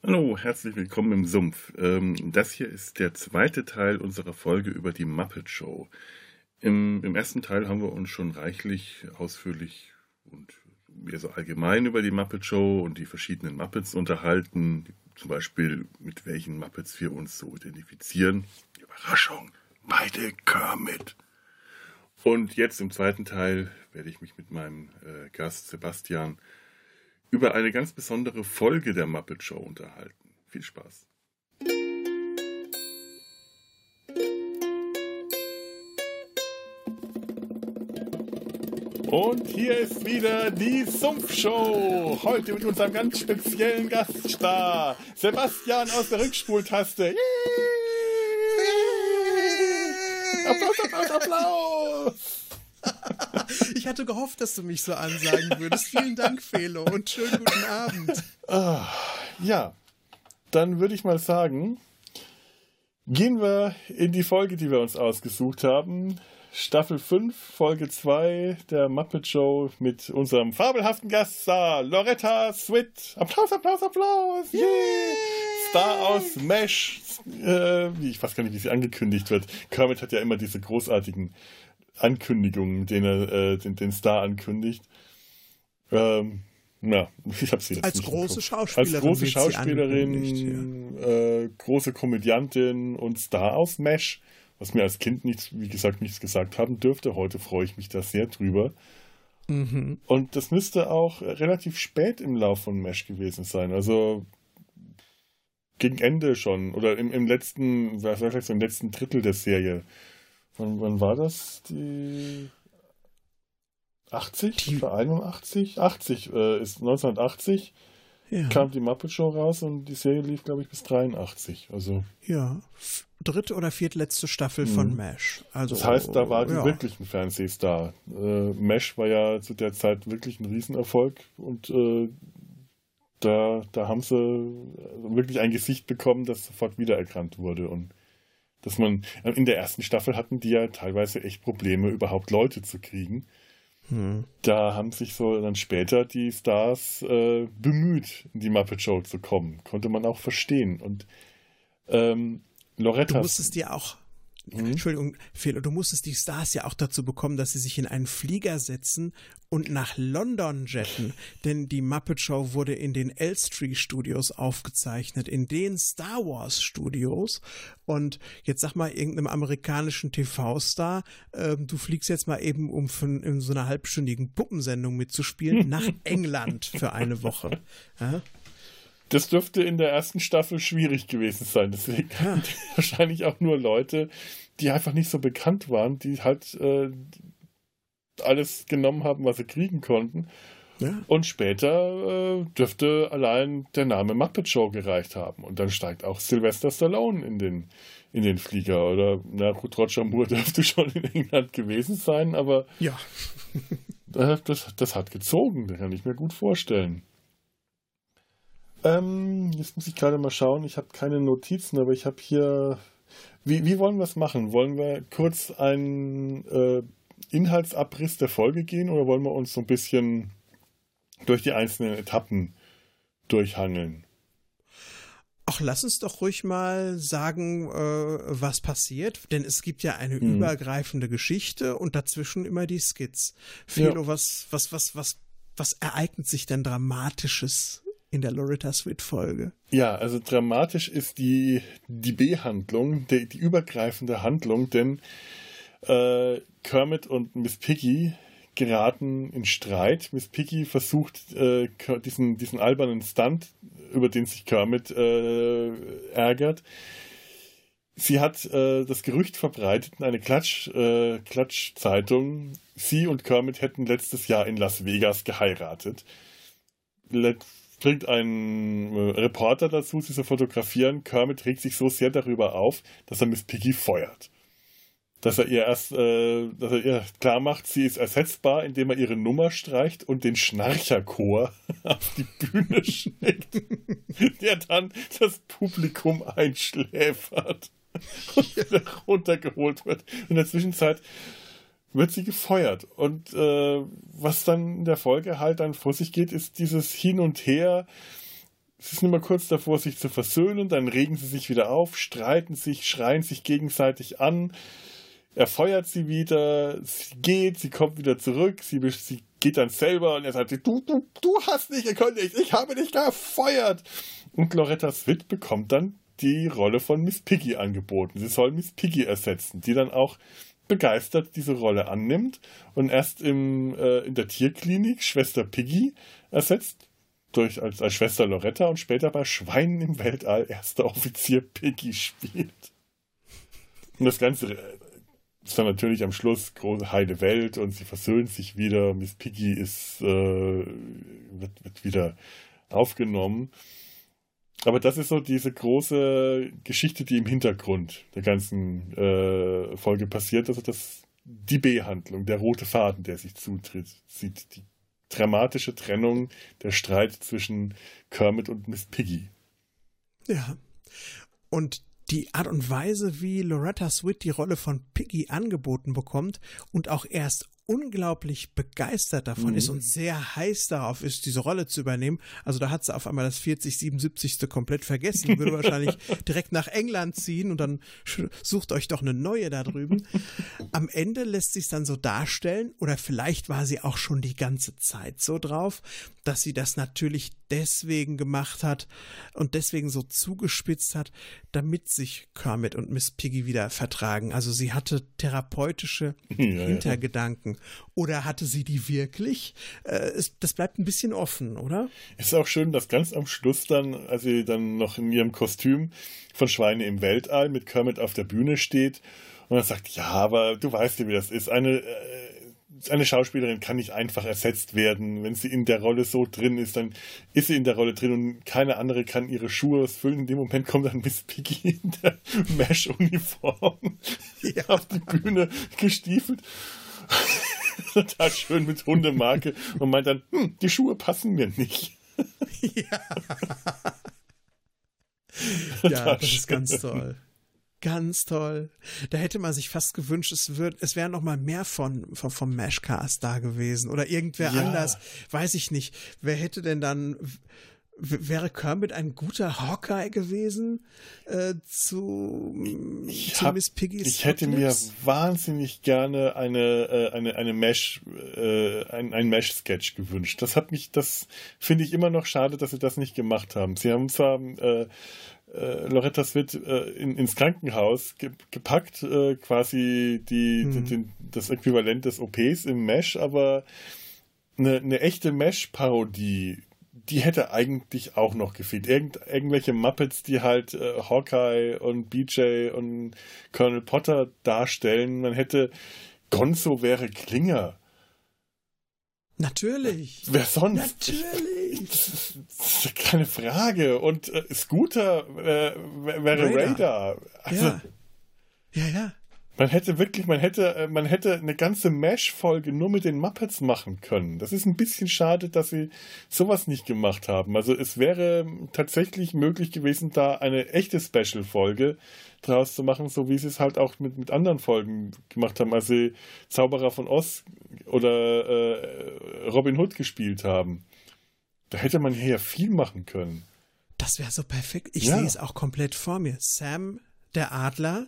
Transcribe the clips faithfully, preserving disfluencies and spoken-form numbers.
Hallo, herzlich willkommen im Sumpf. Ähm, das hier ist der zweite Teil unserer Folge über die Muppet Show. Im, im ersten Teil haben wir uns schon reichlich ausführlich und mehr so allgemein über die Muppet Show und die verschiedenen Muppets unterhalten. Zum Beispiel, mit welchen Muppets wir uns so identifizieren. Überraschung, beide Kermit. Und jetzt im zweiten Teil werde ich mich mit meinem äh, Gast Sebastian über eine ganz besondere Folge der Muppet Show unterhalten. Viel Spaß. Und hier ist wieder die Sumpfshow. Heute mit unserem ganz speziellen Gaststar, Sebastian aus der Rückspultaste. Applaus, Applaus, Applaus. Ich hatte gehofft, dass du mich so ansagen würdest. Vielen Dank, Felo, und schönen guten Abend. Ah, ja, dann würde ich mal sagen, gehen wir in die Folge, die wir uns ausgesucht haben. Staffel fünf, Folge zwei der Muppet Show mit unserem fabelhaften Gaststar Loretta Swit. Applaus, Applaus, Applaus. Yeah. Star aus MASH. Äh, ich weiß gar nicht, wie sie angekündigt wird. Kermit hat ja immer diese großartigen Ankündigungen, mit denen er äh, den, den Star ankündigt. Ähm, ja, ich habe sie jetzt Als nicht große Schauspielerin. Als große Schauspielerin, ja. äh, große Komödiantin und Star aus MASH, was mir als Kind nichts, wie gesagt, nichts gesagt haben dürfte. Heute freue ich mich da sehr drüber. Mhm. Und das müsste auch relativ spät im Lauf von MASH gewesen sein. Also gegen Ende schon. Oder im, im letzten, was sag ich, so im letzten Drittel der Serie. Wann, wann war das? Die achtzig? Die einundachtzig? achtzig äh, ist neunzehnhundertachtzig. Ja. Kam die Muppet Show raus und die Serie lief, glaube ich, bis dreiundachtzig. Also ja, dritte oder viertletzte Staffel von mhm. MASH. Also, das heißt, da war die ja. wirklich ein Fernsehstar. Äh, MASH war ja zu der Zeit wirklich ein Riesenerfolg und äh, da, da haben sie wirklich ein Gesicht bekommen, das sofort wiedererkannt wurde. Und dass man, in der ersten Staffel hatten die ja teilweise echt Probleme, überhaupt Leute zu kriegen. Hm. Da haben sich so dann später die Stars äh, bemüht, in die Muppet Show zu kommen. Konnte man auch verstehen. Und ähm, Loretta... Du musstest dir auch... Hm? Entschuldigung, Felo, du musstest die Stars ja auch dazu bekommen, dass sie sich in einen Flieger setzen und nach London jetten, denn die Muppet Show wurde in den Elstree Studios aufgezeichnet, in den Star Wars Studios. Und jetzt sag mal irgendeinem amerikanischen T V-Star, äh, du fliegst jetzt mal eben, um von, in so einer halbstündigen Puppensendung mitzuspielen, nach England für eine Woche. Ja? Das dürfte in der ersten Staffel schwierig gewesen sein. Deswegen ja. wahrscheinlich auch nur Leute, die einfach nicht so bekannt waren, die halt äh, alles genommen haben, was sie kriegen konnten. Ja. Und später äh, dürfte allein der Name Muppet Show gereicht haben. Und dann steigt auch Sylvester Stallone in den, in den Flieger. Oder, na gut, Roger Moore dürfte schon in England gewesen sein, aber ja. äh, das, das hat gezogen. Das kann ich mir gut vorstellen. Ähm, jetzt muss ich gerade mal schauen. Ich habe keine Notizen, aber ich habe hier... Wie, wie wollen wir es machen? Wollen wir kurz einen äh, Inhaltsabriss der Folge gehen oder wollen wir uns so ein bisschen durch die einzelnen Etappen durchhangeln? Ach, lass uns doch ruhig mal sagen, äh, was passiert, denn es gibt ja eine mhm. übergreifende Geschichte und dazwischen immer die Skits. Philo, ja. was, was, was, was, was ereignet sich denn Dramatisches in der Loretta Swit-Folge? Ja, also dramatisch ist die, die B-Handlung, die, die übergreifende Handlung, denn äh, Kermit und Miss Piggy geraten in Streit. Miss Piggy versucht, äh, diesen, diesen albernen Stunt, über den sich Kermit äh, ärgert. Sie hat äh, das Gerücht verbreitet in eine Klatsch, äh, Klatschzeitung, sie und Kermit hätten letztes Jahr in Las Vegas geheiratet. Let bringt einen Reporter dazu, sie zu fotografieren. Kermit regt sich so sehr darüber auf, dass er Miss Piggy feuert. Dass er ihr erst, äh, dass er ihr klar macht, sie ist ersetzbar, indem er ihre Nummer streicht und den Schnarcherchor auf die Bühne schickt, der dann das Publikum einschläfert und wieder runtergeholt wird. In der Zwischenzeit wird sie gefeuert. Und äh, was dann in der Folge halt dann vor sich geht, ist dieses Hin und Her. sie sind immer kurz davor, sich zu versöhnen, dann regen sie sich wieder auf, streiten sich, schreien sich gegenseitig an. Er feuert sie wieder, sie geht, sie kommt wieder zurück, sie, sie geht dann selber und er sagt, du, du, du hast nicht gekündigt, ich habe dich gefeuert. Und Loretta Swit bekommt dann die Rolle von Miss Piggy angeboten. Sie soll Miss Piggy ersetzen, die dann auch begeistert diese Rolle annimmt und erst im, äh, in der Tierklinik Schwester Piggy ersetzt, durch, als, als Schwester Loretta und später bei Schweinen im Weltall erster Offizier Piggy spielt. Und das Ganze ist dann natürlich am Schluss große heile Welt und sie versöhnt sich wieder. Miss Piggy ist, äh, wird, wird wieder aufgenommen. Aber das ist so diese große Geschichte, die im Hintergrund der ganzen äh, Folge passiert. Also das, die B-Handlung, der rote Faden, der sich zutritt, sieht die dramatische Trennung, der Streit zwischen Kermit und Miss Piggy. Ja. Und die Art und Weise, wie Loretta Swit die Rolle von Piggy angeboten bekommt und auch erst unglaublich begeistert davon mhm. ist und sehr heiß darauf ist, diese Rolle zu übernehmen. Also da hat sie auf einmal das vierzig siebenundsiebzigste komplett vergessen, würde wahrscheinlich direkt nach England ziehen und dann sucht euch doch eine neue da drüben. Am Ende lässt sich dann so darstellen, oder vielleicht war sie auch schon die ganze Zeit so drauf, dass sie das natürlich deswegen gemacht hat und deswegen so zugespitzt hat, damit sich Kermit und Miss Piggy wieder vertragen. Also sie hatte therapeutische ja, Hintergedanken. Ja. Oder hatte sie die wirklich? Äh, es, das bleibt ein bisschen offen, oder? Ist auch schön, dass ganz am Schluss dann, als sie dann noch in ihrem Kostüm von Schweine im Weltall mit Kermit auf der Bühne steht und dann sagt, ja, aber du weißt ja, wie das ist. Eine äh, Eine Schauspielerin kann nicht einfach ersetzt werden. Wenn sie in der Rolle so drin ist, dann ist sie in der Rolle drin und keine andere kann ihre Schuhe ausfüllen. In dem Moment kommt dann Miss Piggy in der Mesh-Uniform ja. auf die Bühne gestiefelt. Total schön mit Hundemarke und meint dann, hm, die Schuhe passen mir nicht. Ja, ja das ist ganz toll. Ganz toll. Da hätte man sich fast gewünscht, es, wird, es wäre noch mal mehr von, von, vom Mashcast da gewesen. Oder irgendwer ja. anders, weiß ich nicht. Wer hätte denn dann, w- wäre Kermit ein guter Hawkeye gewesen äh, zu, ich zu hab, Miss Piggys Ich hätte mir wahnsinnig gerne eine, äh, eine, eine Mesh, äh, ein, ein Mesh-Sketch gewünscht. Das hat mich, das finde ich immer noch schade, dass sie das nicht gemacht haben. Sie haben zwar äh, Loretta Swit äh, in, ins Krankenhaus ge- gepackt, äh, quasi die, mhm. die, die, das Äquivalent des O Ps im Mesh, aber eine, eine echte Mesh-Parodie, die hätte eigentlich auch noch gefehlt. Irgend, irgendwelche Muppets, die halt äh, Hawkeye und B J und Colonel Potter darstellen. Man hätte Gonzo wäre Klinger. Natürlich. Wer sonst? Natürlich. Das ist keine Frage. Und äh, Scooter äh, wäre Radar. Radar. Also, ja. Ja, ja. Man hätte wirklich, man hätte, man hätte eine ganze Mesh-Folge nur mit den Muppets machen können. Das ist ein bisschen schade, dass sie sowas nicht gemacht haben. Also es wäre tatsächlich möglich gewesen, da eine echte Special-Folge draus zu machen, so wie sie es halt auch mit, mit anderen Folgen gemacht haben, als sie Zauberer von Oz oder äh, Robin Hood gespielt haben. Da hätte man hier ja viel machen können. Das wäre so perfekt. Ich ja. sehe es auch komplett vor mir. Sam, der Adler,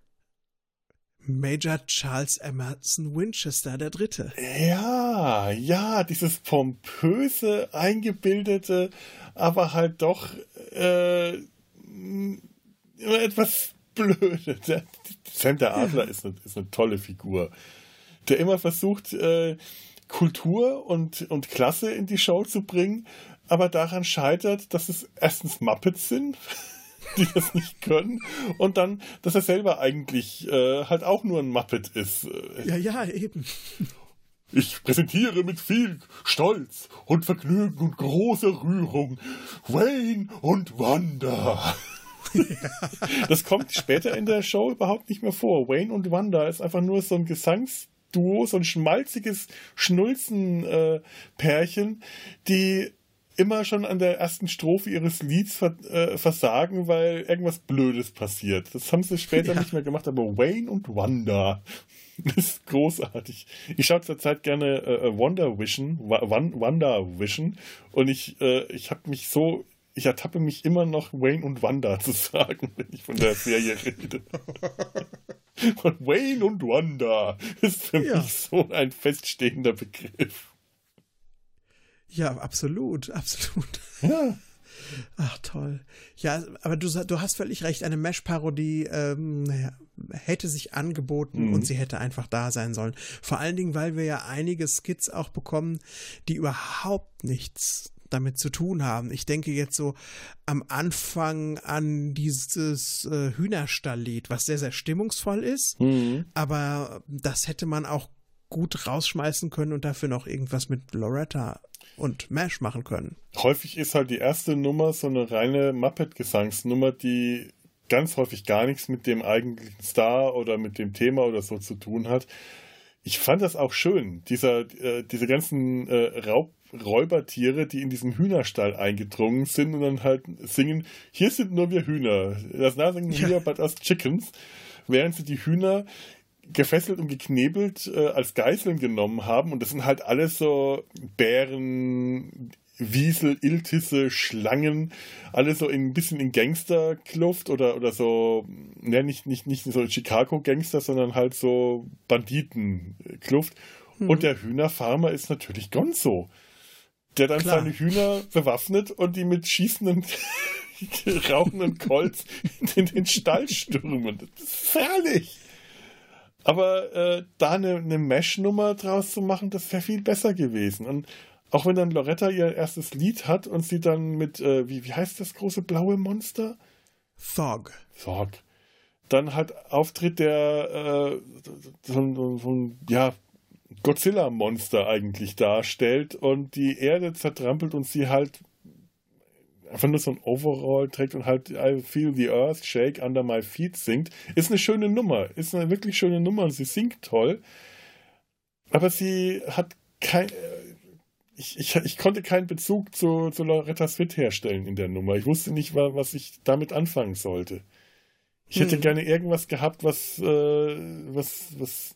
Major Charles Emerson Winchester, der Dritte. Ja, ja, dieses pompöse, eingebildete, aber halt doch äh, immer etwas blöde. Der, Sam der Adler ja. ist, eine, ist eine tolle Figur, der immer versucht, äh, Kultur und, und Klasse in die Show zu bringen, aber daran scheitert, dass es erstens Muppets sind, die das nicht können, und dann, dass er selber eigentlich äh, halt auch nur ein Muppet ist. Ja, ja, eben. Ich präsentiere mit viel Stolz und Vergnügen und großer Rührung Wayne und Wanda. Ja. Das kommt später in der Show überhaupt nicht mehr vor. Wayne und Wanda ist einfach nur so ein Gesangsduo, so ein schmalziges Schnulzen-Pärchen, äh, die immer schon an der ersten Strophe ihres Lieds ver- äh, versagen, weil irgendwas Blödes passiert. Das haben sie später ja. nicht mehr gemacht, aber Wayne und Wanda ist großartig. Ich schaue zurzeit gerne äh, Wonder Vision, Wanda Vision, und ich, äh, ich habe mich so ich ertappe mich immer noch, Wayne und Wanda zu sagen, wenn ich von der Serie rede. Und Wayne und Wanda ist für ja. mich so ein feststehender Begriff. Ja, absolut, absolut. Ja. Ach, toll. Ja, aber du, du hast völlig recht, eine Mesh-Parodie ähm, naja, hätte sich angeboten mhm. und sie hätte einfach da sein sollen. Vor allen Dingen, weil wir ja einige Skits auch bekommen, die überhaupt nichts damit zu tun haben. Ich denke jetzt so am Anfang an dieses äh, Hühnerstalllied, was sehr, sehr stimmungsvoll ist, mhm. aber das hätte man auch gut rausschmeißen können und dafür noch irgendwas mit Loretta und Mesh machen können. Häufig ist halt die erste Nummer so eine reine Muppet-Gesangsnummer, die ganz häufig gar nichts mit dem eigentlichen Star oder mit dem Thema oder so zu tun hat. Ich fand das auch schön, dieser, äh, diese ganzen äh, Raub Räubertiere, die in diesen Hühnerstall eingedrungen sind und dann halt singen, hier sind nur wir Hühner, das Nothing ja. here but us chickens, während sie die Hühner gefesselt und geknebelt äh, als Geiseln genommen haben und das sind halt alles so Bären, Wiesel, Iltisse, Schlangen, alles so ein bisschen in Gangsterkluft oder, oder so, ne, nicht, nicht, nicht so Chicago-Gangster, sondern halt so Banditenkluft. Hm. Und der Hühnerfarmer ist natürlich Gonzo, der dann Klar. seine Hühner bewaffnet und die mit schießenden, rauchenden Colts in den Stall stürmen. Das ist herrlich. Aber äh, da eine, eine Mesh-Nummer draus zu machen, das wäre viel besser gewesen. Und auch wenn dann Loretta ihr erstes Lied hat und sie dann mit, äh, wie, wie heißt das große blaue Monster? Thog. Thog. Dann halt auftritt der äh, so, so, so ein, ja, Godzilla-Monster eigentlich darstellt und die Erde zertrampelt und sie halt einfach nur so ein Overall trägt und halt I feel the earth shake under my feet singt, ist eine schöne Nummer. Ist eine wirklich schöne Nummer und sie singt toll. Aber sie hat kein... Ich, ich, ich konnte keinen Bezug zu, zu Loretta Swit herstellen in der Nummer. Ich wusste nicht, was ich damit anfangen sollte. Ich hätte hm. gerne irgendwas gehabt, was, äh, was, was.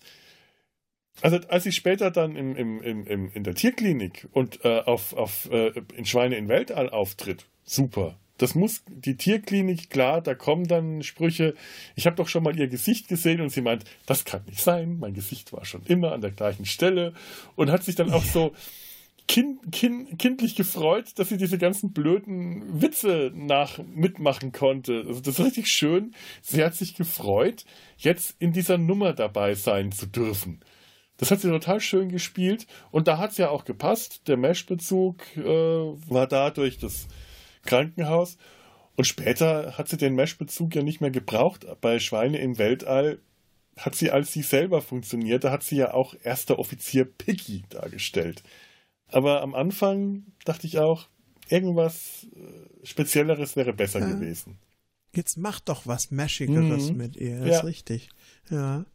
Also als ich später dann im, im, im, im, in der Tierklinik und äh, auf, auf äh, in Schweine in Weltall auftritt, super. Das muss die Tierklinik, klar, da kommen dann Sprüche, ich habe doch schon mal ihr Gesicht gesehen und sie meint, das kann nicht sein, mein Gesicht war schon immer an der gleichen Stelle und hat sich dann auch so Kind, kind, kindlich gefreut, dass sie diese ganzen blöden Witze nach mitmachen konnte. Also das ist richtig schön. Sie hat sich gefreut, jetzt in dieser Nummer dabei sein zu dürfen. Das hat sie total schön gespielt und da hat es ja auch gepasst. Der Mesh-Bezug äh, war da durch das Krankenhaus und später hat sie den Mesh-Bezug ja nicht mehr gebraucht. Bei Schweine im Weltall hat sie als sie selber funktioniert. Da hat sie ja auch erster Offizier Piggy dargestellt. Aber am Anfang dachte ich auch, irgendwas Spezielleres wäre besser ja. gewesen. Jetzt mach doch was Mashigeres mhm. mit ihr, das ja. ist richtig. Ja.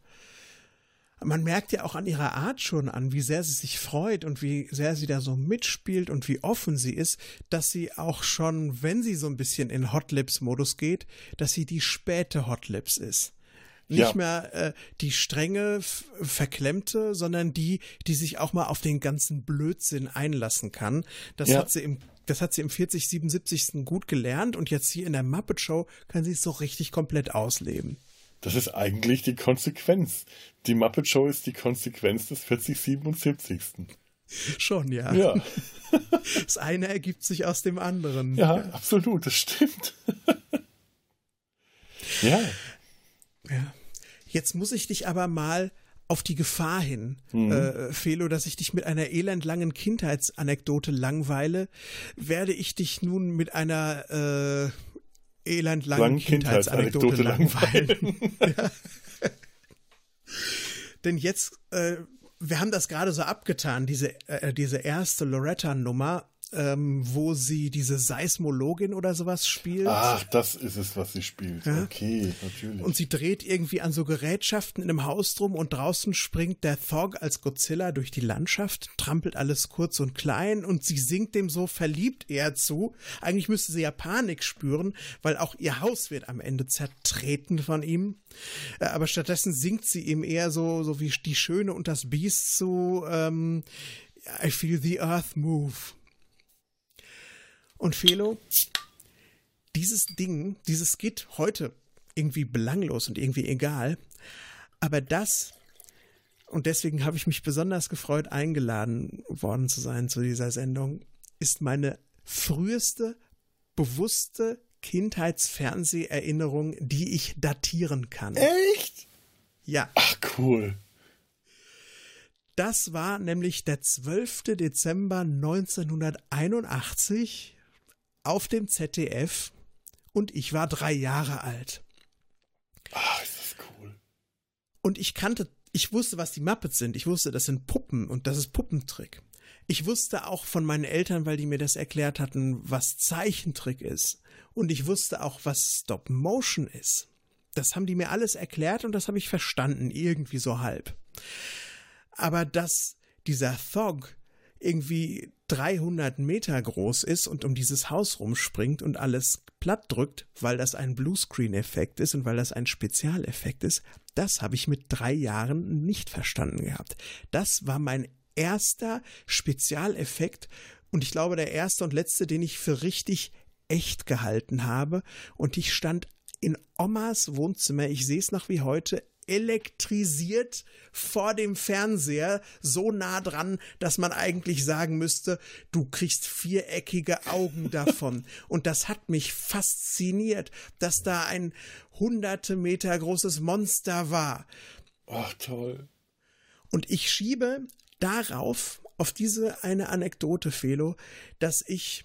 Man merkt ja auch an ihrer Art schon an, wie sehr sie sich freut und wie sehr sie da so mitspielt und wie offen sie ist, dass sie auch schon, wenn sie so ein bisschen in Hot-Lips-Modus geht, dass sie die späte Hot-Lips ist. Nicht ja. mehr äh, die strenge, f- verklemmte, sondern die, die sich auch mal auf den ganzen Blödsinn einlassen kann. Das ja. hat sie im, das hat sie im vierzig siebenundsiebzig. gut gelernt und jetzt hier in der Muppet Show kann sie es so richtig komplett ausleben. Das ist eigentlich die Konsequenz. Die Muppet Show ist die Konsequenz des vierzig siebenundsiebzig. Schon, ja. Ja. Das eine ergibt sich aus dem anderen. Ja, ja. absolut, das stimmt. ja. Ja. Jetzt muss ich dich aber mal auf die Gefahr hin, mhm. äh, Felo, dass ich dich mit einer elendlangen Kindheitsanekdote langweile, werde ich dich nun mit einer äh, elendlangen Kindheitsanekdote langweilen. ja. Denn jetzt, äh, wir haben das gerade so abgetan, diese, äh, diese erste Loretta-Nummer, Ähm, wo sie diese Seismologin oder sowas spielt. Ach, das ist es, was sie spielt. Ja? Okay, natürlich. Und sie dreht irgendwie an so Gerätschaften in einem Haus drum und draußen springt der Thog als Godzilla durch die Landschaft, trampelt alles kurz und klein und sie singt dem so verliebt eher zu. Eigentlich müsste sie ja Panik spüren, weil auch ihr Haus wird am Ende zertreten von ihm. Aber stattdessen singt sie ihm eher so, so wie die Schöne und das Biest zu ähm, I feel the earth move. Und Felo, dieses Ding, dieses Skit heute irgendwie belanglos und irgendwie egal, aber das, und deswegen habe ich mich besonders gefreut, eingeladen worden zu sein zu dieser Sendung, ist meine früheste, bewusste Kindheitsfernseherinnerung, die ich datieren kann. Echt? Ja. Ach, cool. Das war nämlich der zwölfte Dezember neunzehnhunderteinundachtzig auf dem Z D F und ich war drei Jahre alt. Ach, ist das cool. Und ich kannte, ich wusste, was die Muppets sind. Ich wusste, das sind Puppen und das ist Puppentrick. Ich wusste auch von meinen Eltern, weil die mir das erklärt hatten, was Zeichentrick ist. Und ich wusste auch, was Stop-Motion ist. Das haben die mir alles erklärt und das habe ich verstanden, irgendwie so halb. Aber dass dieser Thog irgendwie dreihundert Meter groß ist und um dieses Haus rumspringt und alles platt drückt, weil das ein Bluescreen-Effekt ist und weil das ein Spezialeffekt ist, das habe ich mit drei Jahren nicht verstanden gehabt. Das war mein erster Spezialeffekt und ich glaube der erste und letzte, den ich für richtig echt gehalten habe. Und ich stand in Omas Wohnzimmer, ich sehe es noch wie heute, elektrisiert vor dem Fernseher, so nah dran, dass man eigentlich sagen müsste, du kriegst viereckige Augen davon. Und das hat mich fasziniert, dass da ein hunderte Meter großes Monster war. Ach, toll. Und ich schiebe darauf, auf diese eine Anekdote, Felo, dass ich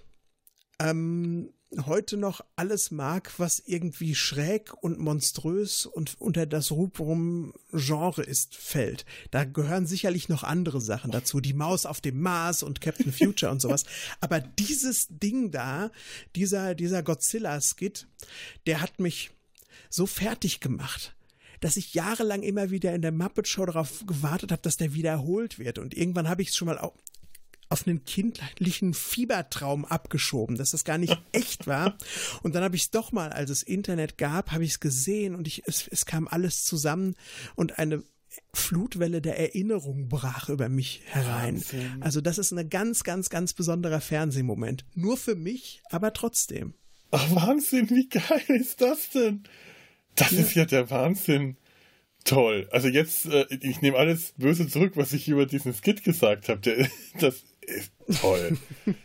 ähm, heute noch alles mag, was irgendwie schräg und monströs und unter das Rubrum Genre ist, fällt. Da gehören sicherlich noch andere Sachen dazu, die Maus auf dem Mars und Captain Future und sowas. Aber dieses Ding da, dieser, dieser Godzilla-Skit, der hat mich so fertig gemacht, dass ich jahrelang immer wieder in der Muppet Show darauf gewartet habe, dass der wiederholt wird. Und irgendwann habe ich es schon mal auch auf einen kindlichen Fiebertraum abgeschoben, dass das gar nicht echt war. Und dann habe ich es doch mal, als es Internet gab, habe ich es gesehen und ich, es, es kam alles zusammen und eine Flutwelle der Erinnerung brach über mich herein. Wahnsinn. Also das ist ein ganz, ganz, ganz besonderer Fernsehmoment. Nur für mich, aber trotzdem. Ach, Wahnsinn, wie geil ist das denn? Das ja. ist ja der Wahnsinn. Toll. Also jetzt, äh, ich nehme alles böse zurück, was ich über diesen Skit gesagt habe. Das ist toll.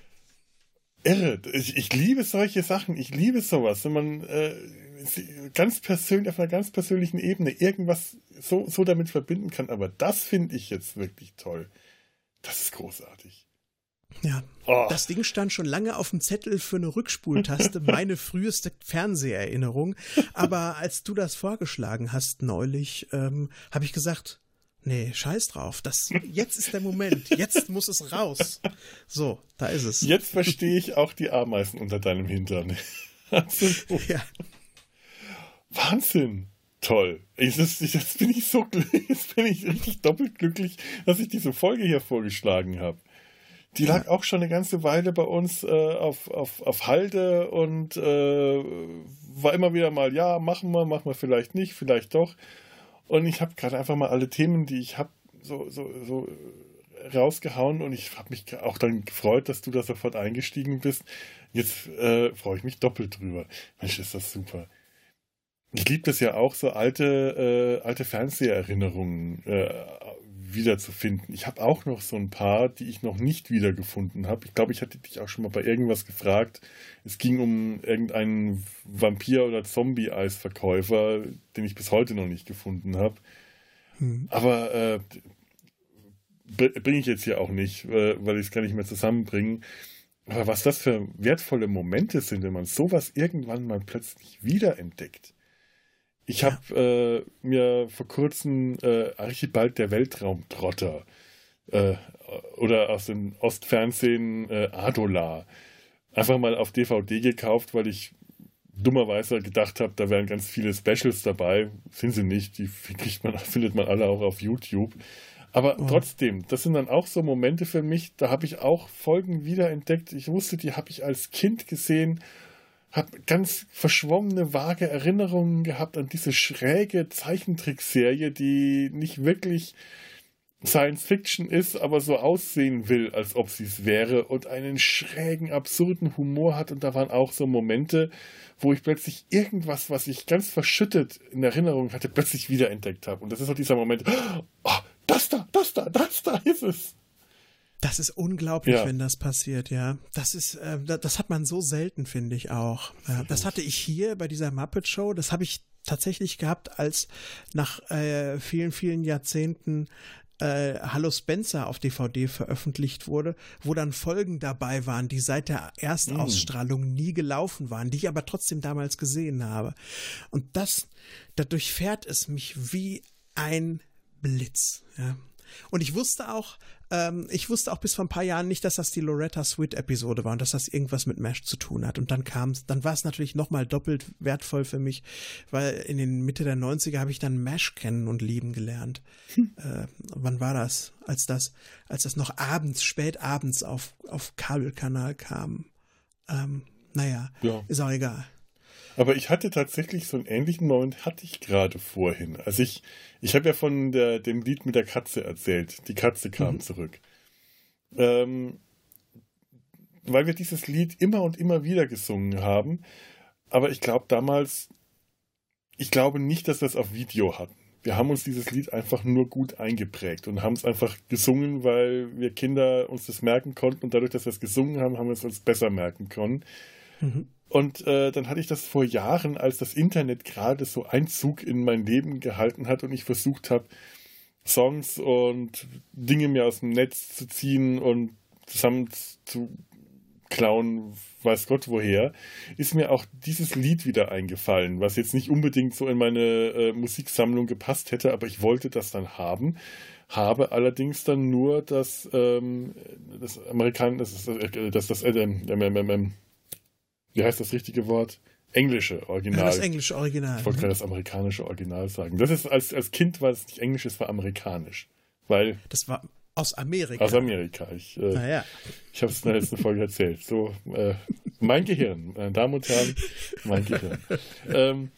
Irre. Ich, ich liebe solche Sachen. Ich liebe sowas. Wenn man äh, ganz persönlich, auf einer ganz persönlichen Ebene irgendwas so, so damit verbinden kann. Aber das finde ich jetzt wirklich toll. Das ist großartig. Ja, oh. Das Ding stand schon lange auf dem Zettel für eine Rückspultaste, meine früheste Fernseherinnerung. Aber als du das vorgeschlagen hast neulich, ähm, habe ich gesagt, nee, scheiß drauf. Das, jetzt ist der Moment. Jetzt muss es raus. So, da ist es. Jetzt verstehe ich auch die Ameisen unter deinem Hintern. Ja. Wahnsinn. Toll. Jetzt, jetzt bin ich so glücklich, jetzt bin ich richtig doppelt glücklich, dass ich diese Folge hier vorgeschlagen habe. Die lag auch schon eine ganze Weile bei uns äh, auf, auf, auf Halde und äh, war immer wieder mal, ja, machen wir, machen wir vielleicht nicht, vielleicht doch. Und ich habe gerade einfach mal alle Themen, die ich habe, so, so, so rausgehauen und ich habe mich auch dann gefreut, dass du da sofort eingestiegen bist. Jetzt äh, freue ich mich doppelt drüber. Mensch, ist das super. Ich liebe das ja auch, so alte, äh, alte Fernseherinnerungen äh, wiederzufinden. Ich habe auch noch so ein paar, die ich noch nicht wiedergefunden habe. Ich glaube, ich hatte dich auch schon mal bei irgendwas gefragt. Es ging um irgendeinen Vampir- oder Zombie-Eisverkäufer, den ich bis heute noch nicht gefunden habe. Hm. Aber äh, bringe ich jetzt hier auch nicht, äh, weil ich es gar nicht mehr zusammenbringen. Aber was das für wertvolle Momente sind, wenn man sowas irgendwann mal plötzlich wiederentdeckt. Ich ja. habe äh, mir vor kurzem äh, Archibald der Weltraumtrotter äh, oder aus dem Ostfernsehen äh, Adolar einfach mal auf D V D gekauft, weil ich dummerweise gedacht habe, da wären ganz viele Specials dabei. Sind sie nicht, die kriegt man, findet man alle auch auf YouTube. Aber oh. trotzdem, das sind dann auch so Momente für mich, da habe ich auch Folgen wiederentdeckt. Ich wusste, die habe ich als Kind gesehen, habe ganz verschwommene, vage Erinnerungen gehabt an diese schräge Zeichentrickserie, die nicht wirklich Science Fiction ist, aber so aussehen will, als ob sie es wäre und einen schrägen, absurden Humor hat. Und da waren auch so Momente, wo ich plötzlich irgendwas, was ich ganz verschüttet in Erinnerung hatte, plötzlich wiederentdeckt habe. Und das ist auch dieser Moment, oh, das da, das da, das da ist es. Das ist unglaublich, ja. wenn das passiert, ja. Das ist, äh, das hat man so selten, finde ich auch. Ja, das hatte ich hier bei dieser Muppet Show, das habe ich tatsächlich gehabt, als nach äh, vielen, vielen Jahrzehnten äh, Hallo Spencer auf D V D veröffentlicht wurde, wo dann Folgen dabei waren, die seit der Erstausstrahlung mm. nie gelaufen waren, die ich aber trotzdem damals gesehen habe. Und das, da durchfährt es mich wie ein Blitz, ja. Und ich wusste auch, ähm, ich wusste auch bis vor ein paar Jahren nicht, dass das die Loretta Swit-Episode war und dass das irgendwas mit MASH zu tun hat. Und dann kam es, dann war es natürlich nochmal doppelt wertvoll für mich, weil in den Mitte der neunziger habe ich dann MASH kennen und lieben gelernt. Hm. Äh, wann war das? Als das, als das noch abends, spät abends auf, auf Kabelkanal kam. Ähm, naja, ja. Ist auch egal. Aber ich hatte tatsächlich so einen ähnlichen Moment, hatte ich gerade vorhin. Also ich, ich habe ja von der, dem Lied mit der Katze erzählt. Die Katze kam mhm. zurück. Ähm, weil wir dieses Lied immer und immer wieder gesungen haben. Aber ich glaube damals, ich glaube nicht, dass wir es auf Video hatten. Wir haben uns dieses Lied einfach nur gut eingeprägt und haben es einfach gesungen, weil wir Kinder uns das merken konnten. Und dadurch, dass wir es gesungen haben, haben wir es uns besser merken können. Mhm. Und äh, dann hatte ich das vor Jahren, als das Internet gerade so Einzug in mein Leben gehalten hat und ich versucht habe, Songs und Dinge mir aus dem Netz zu ziehen und zusammen zu klauen, weiß Gott woher, ist mir auch dieses Lied wieder eingefallen, was jetzt nicht unbedingt so in meine äh, Musiksammlung gepasst hätte, aber ich wollte das dann haben. Habe allerdings dann nur das, ähm, das Amerikan, das ist äh, das, das, äh, ähm, ähm, ähm, wie heißt das richtige Wort? Englische Original. Ja, das englische Original. Ich wollte gerade das amerikanische Original sagen. Das ist, als, als Kind war es nicht englisch, es war amerikanisch. Weil das war aus Amerika. Aus Amerika. Ich, äh, naja. ich habe es in der letzten Folge erzählt. So, äh, mein Gehirn, meine Damen und Herren, mein Gehirn. ähm,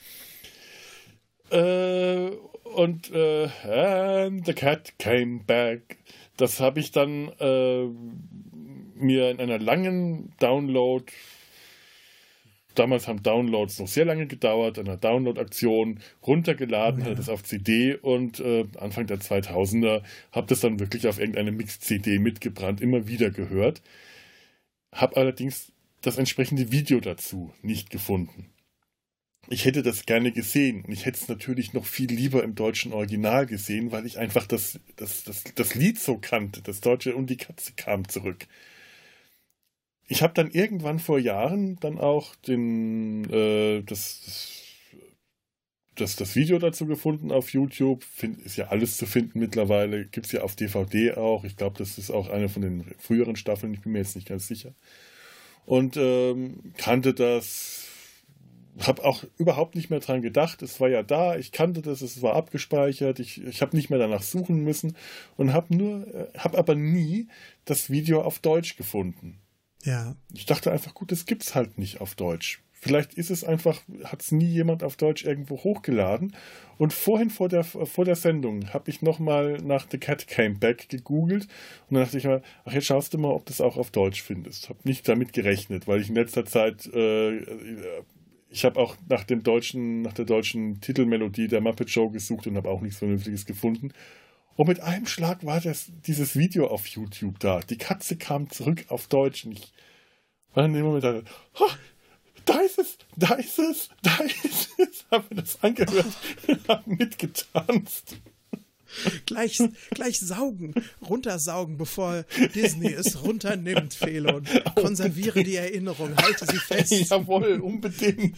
äh, und äh, and the cat came back. Das habe ich dann äh, mir in einer langen Download Damals haben Downloads noch sehr lange gedauert, in einer Download-Aktion runtergeladen, oh ja. hatte das auf C D und äh, Anfang der zweitausender habe das dann wirklich auf irgendeine Mix-C D mitgebrannt, immer wieder gehört. Habe allerdings das entsprechende Video dazu nicht gefunden. Ich hätte das gerne gesehen und ich hätte es natürlich noch viel lieber im deutschen Original gesehen, weil ich einfach das, das, das, das Lied so kannte, das deutsche Und die Katze kam zurück. Ich habe dann irgendwann vor Jahren dann auch den, äh, das, das, das Video dazu gefunden auf YouTube. Find, ist ja alles zu finden mittlerweile. Gibt es ja auf D V D auch. Ich glaube, das ist auch eine von den früheren Staffeln. Ich bin mir jetzt nicht ganz sicher. Und ähm, kannte das. Habe auch überhaupt nicht mehr dran gedacht. Es war ja da. Ich kannte das. Es war abgespeichert. Ich, ich habe nicht mehr danach suchen müssen. Und habe nur, habe aber nie das Video auf Deutsch gefunden. Ja. Ich dachte einfach, gut, das gibt's halt nicht auf Deutsch. Vielleicht ist es einfach, hat es nie jemand auf Deutsch irgendwo hochgeladen. Und vorhin vor der, vor der Sendung habe ich nochmal nach The Cat Came Back gegoogelt und dann dachte ich mal, ach, jetzt schaust du mal, ob du es auch auf Deutsch findest. Habe nicht damit gerechnet, weil ich in letzter Zeit, äh, ich habe auch nach dem deutschen, nach der deutschen Titelmelodie der Muppet Show gesucht und habe auch nichts Vernünftiges gefunden. Und mit einem Schlag war das, dieses Video auf YouTube da. Die Katze kam zurück auf Deutsch. Und ich war dann immer mit da, oh, da ist es, da ist es, da ist es. Habe mir das angehört und habe mitgetanzt. Gleich, gleich saugen, runtersaugen, bevor Disney es runternimmt, Felon. Konserviere die Erinnerung, halte sie fest. Jawohl, unbedingt.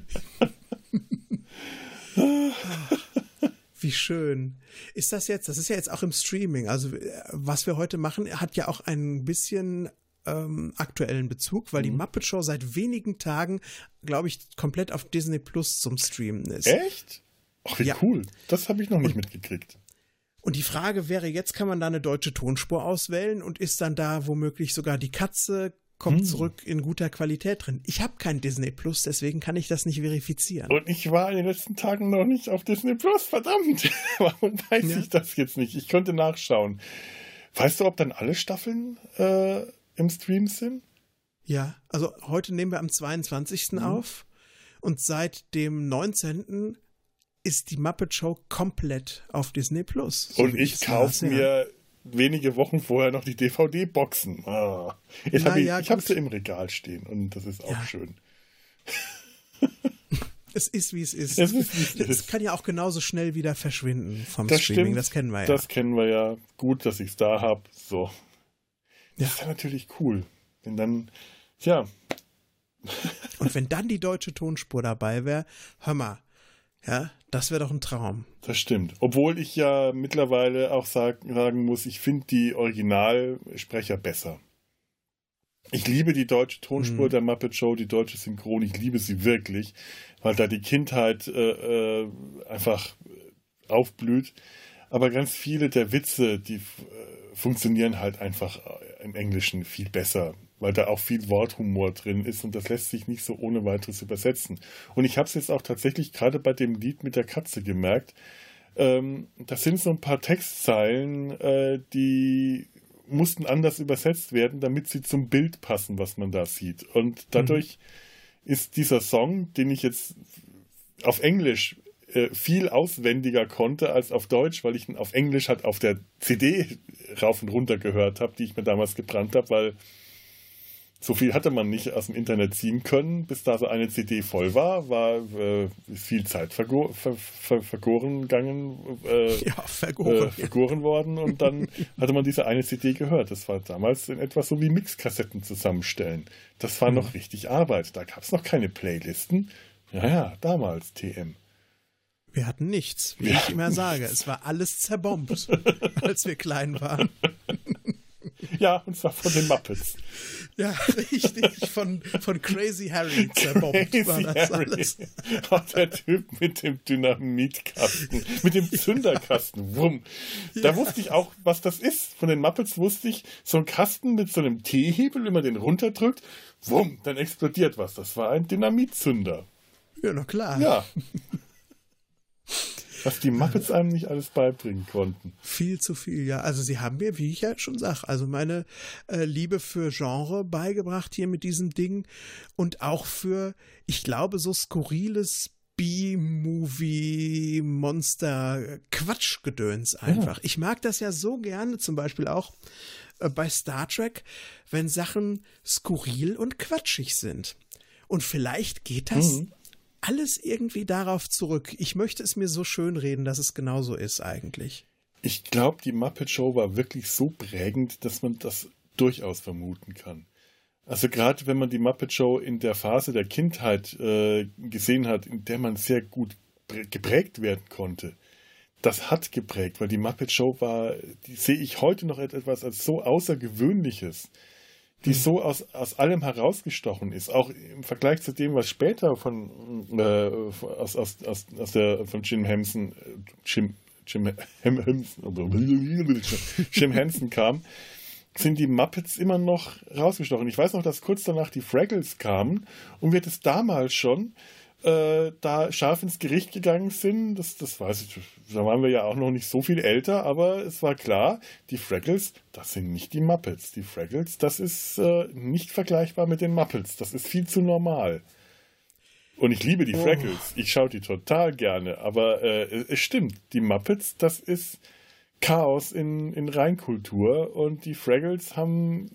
Wie schön. Ist das jetzt, das ist ja jetzt auch im Streaming, also was wir heute machen, hat ja auch ein bisschen ähm, aktuellen Bezug, weil mhm. die Muppet Show seit wenigen Tagen, glaube ich, komplett auf Disney Plus zum Streamen ist. Echt? Ach, wie ja. cool. Das habe ich noch nicht und, mitgekriegt. Und die Frage wäre, jetzt kann man da eine deutsche Tonspur auswählen und ist dann da womöglich sogar die Katze kommt Hm. zurück in guter Qualität drin. Ich habe kein Disney Plus, deswegen kann ich das nicht verifizieren. Und ich war in den letzten Tagen noch nicht auf Disney Plus, verdammt. Warum weiß Ja. ich das jetzt nicht? Ich konnte nachschauen. Weißt du, ob dann alle Staffeln äh, im Stream sind? Ja, also heute nehmen wir am zweiundzwanzigsten Mhm. auf und seit dem neunzehnten ist die Muppet Show komplett auf Disney Plus. So Und wie ich es kaufe weiß, ja. mir wenige Wochen vorher noch die D V D-Boxen. Ah. Jetzt Na hab ich ja, ich habe gut. sie im Regal stehen und das ist auch Ja. schön. Es ist, wie es ist. Es ist, wie es Es ist. kann ja auch genauso schnell wieder verschwinden vom Das Streaming, stimmt. das kennen wir ja. Das kennen wir ja. Gut, dass ich es da habe. So. Ja. Das ist ja natürlich cool. Wenn dann, tja, Und wenn dann die deutsche Tonspur dabei wäre, hör mal, ja, das wäre doch ein Traum. das stimmt. Obwohl ich ja mittlerweile auch sag, sagen muss, ich finde die Originalsprecher besser. Ich liebe die deutsche Tonspur Mhm. der Muppet Show, die deutsche Synchron, ich liebe sie wirklich, weil da die Kindheit äh, äh, einfach aufblüht. Aber ganz viele der Witze, die äh, funktionieren halt einfach im Englischen viel besser, weil da auch viel Worthumor drin ist und das lässt sich nicht so ohne weiteres übersetzen. Und ich habe es jetzt auch tatsächlich gerade bei dem Lied mit der Katze gemerkt, ähm, das sind so ein paar Textzeilen, äh, die mussten anders übersetzt werden, damit sie zum Bild passen, was man da sieht. Und dadurch mhm. ist dieser Song, den ich jetzt auf Englisch äh, viel auswendiger konnte als auf Deutsch, weil ich ihn auf Englisch halt auf der C D rauf und runter gehört habe, die ich mir damals gebrannt habe, weil so viel hatte man nicht aus dem Internet ziehen können, bis da so eine C D voll war, war äh, viel Zeit vergo ver ver vergoren gegangen, äh, Ja, vergoren. äh, vergoren worden und dann hatte man diese eine C D gehört. Das war damals in etwas so wie Mixkassetten zusammenstellen. Das war Mhm. noch richtig Arbeit. Da gab es noch keine Playlisten. Ja, ja, damals T M. Wir hatten nichts, wie Ja. ich immer sage. Es war alles zerbombt, als wir klein waren. Ja, und zwar von den Muppets. Ja, richtig. Von, von Crazy Harry zerbombt war Crazy das Harry. alles. Auch der Typ mit dem Dynamitkasten, mit dem Zünderkasten. Wumm. Da Ja. wusste ich auch, was das ist. Von den Muppets wusste ich, so ein Kasten mit so einem T-Hebel, wenn man den runterdrückt, wumm, dann explodiert was. Das war ein Dynamitzünder. Ja, na klar. Ja. Was die Muppets einem nicht alles beibringen konnten. Viel zu viel, ja. Also sie haben mir, wie ich ja schon sage, also meine äh, Liebe für Genre beigebracht hier mit diesem Ding und auch für, ich glaube, so skurriles B-Movie-Monster-Quatschgedöns einfach. Ich mag das ja so gerne, zum Beispiel auch äh, bei Star Trek, wenn Sachen skurril und quatschig sind. Und vielleicht geht das Mhm. alles irgendwie darauf zurück. Ich möchte es mir so schön reden, dass es genauso ist eigentlich. Ich glaube, die Muppet Show war wirklich so prägend, dass man das durchaus vermuten kann. Also gerade wenn man die Muppet Show in der Phase der Kindheit äh, gesehen hat, in der man sehr gut geprägt werden konnte, das hat geprägt, weil die Muppet Show war, die sehe ich heute noch etwas als so Außergewöhnliches, die so aus, aus allem herausgestochen ist, auch im Vergleich zu dem, was später von äh, aus, aus, aus, aus der von Jim Henson äh, Jim, Jim Henson Jim Henson kam, sind die Muppets immer noch rausgestochen. Ich weiß noch, dass kurz danach die Fraggles kamen und wir das damals schon äh, da scharf ins Gericht gegangen sind. Das, das weiß ich, da waren wir ja auch noch nicht so viel älter, aber es war klar, die Fraggles, das sind nicht die Muppets. Die Fraggles, das ist äh, nicht vergleichbar mit den Muppets. Das ist viel zu normal. Und ich liebe die Oh. Fraggles. Ich schaue die total gerne. Aber äh, es, es stimmt, die Muppets, das ist Chaos in, in Reinkultur. Und die Fraggles haben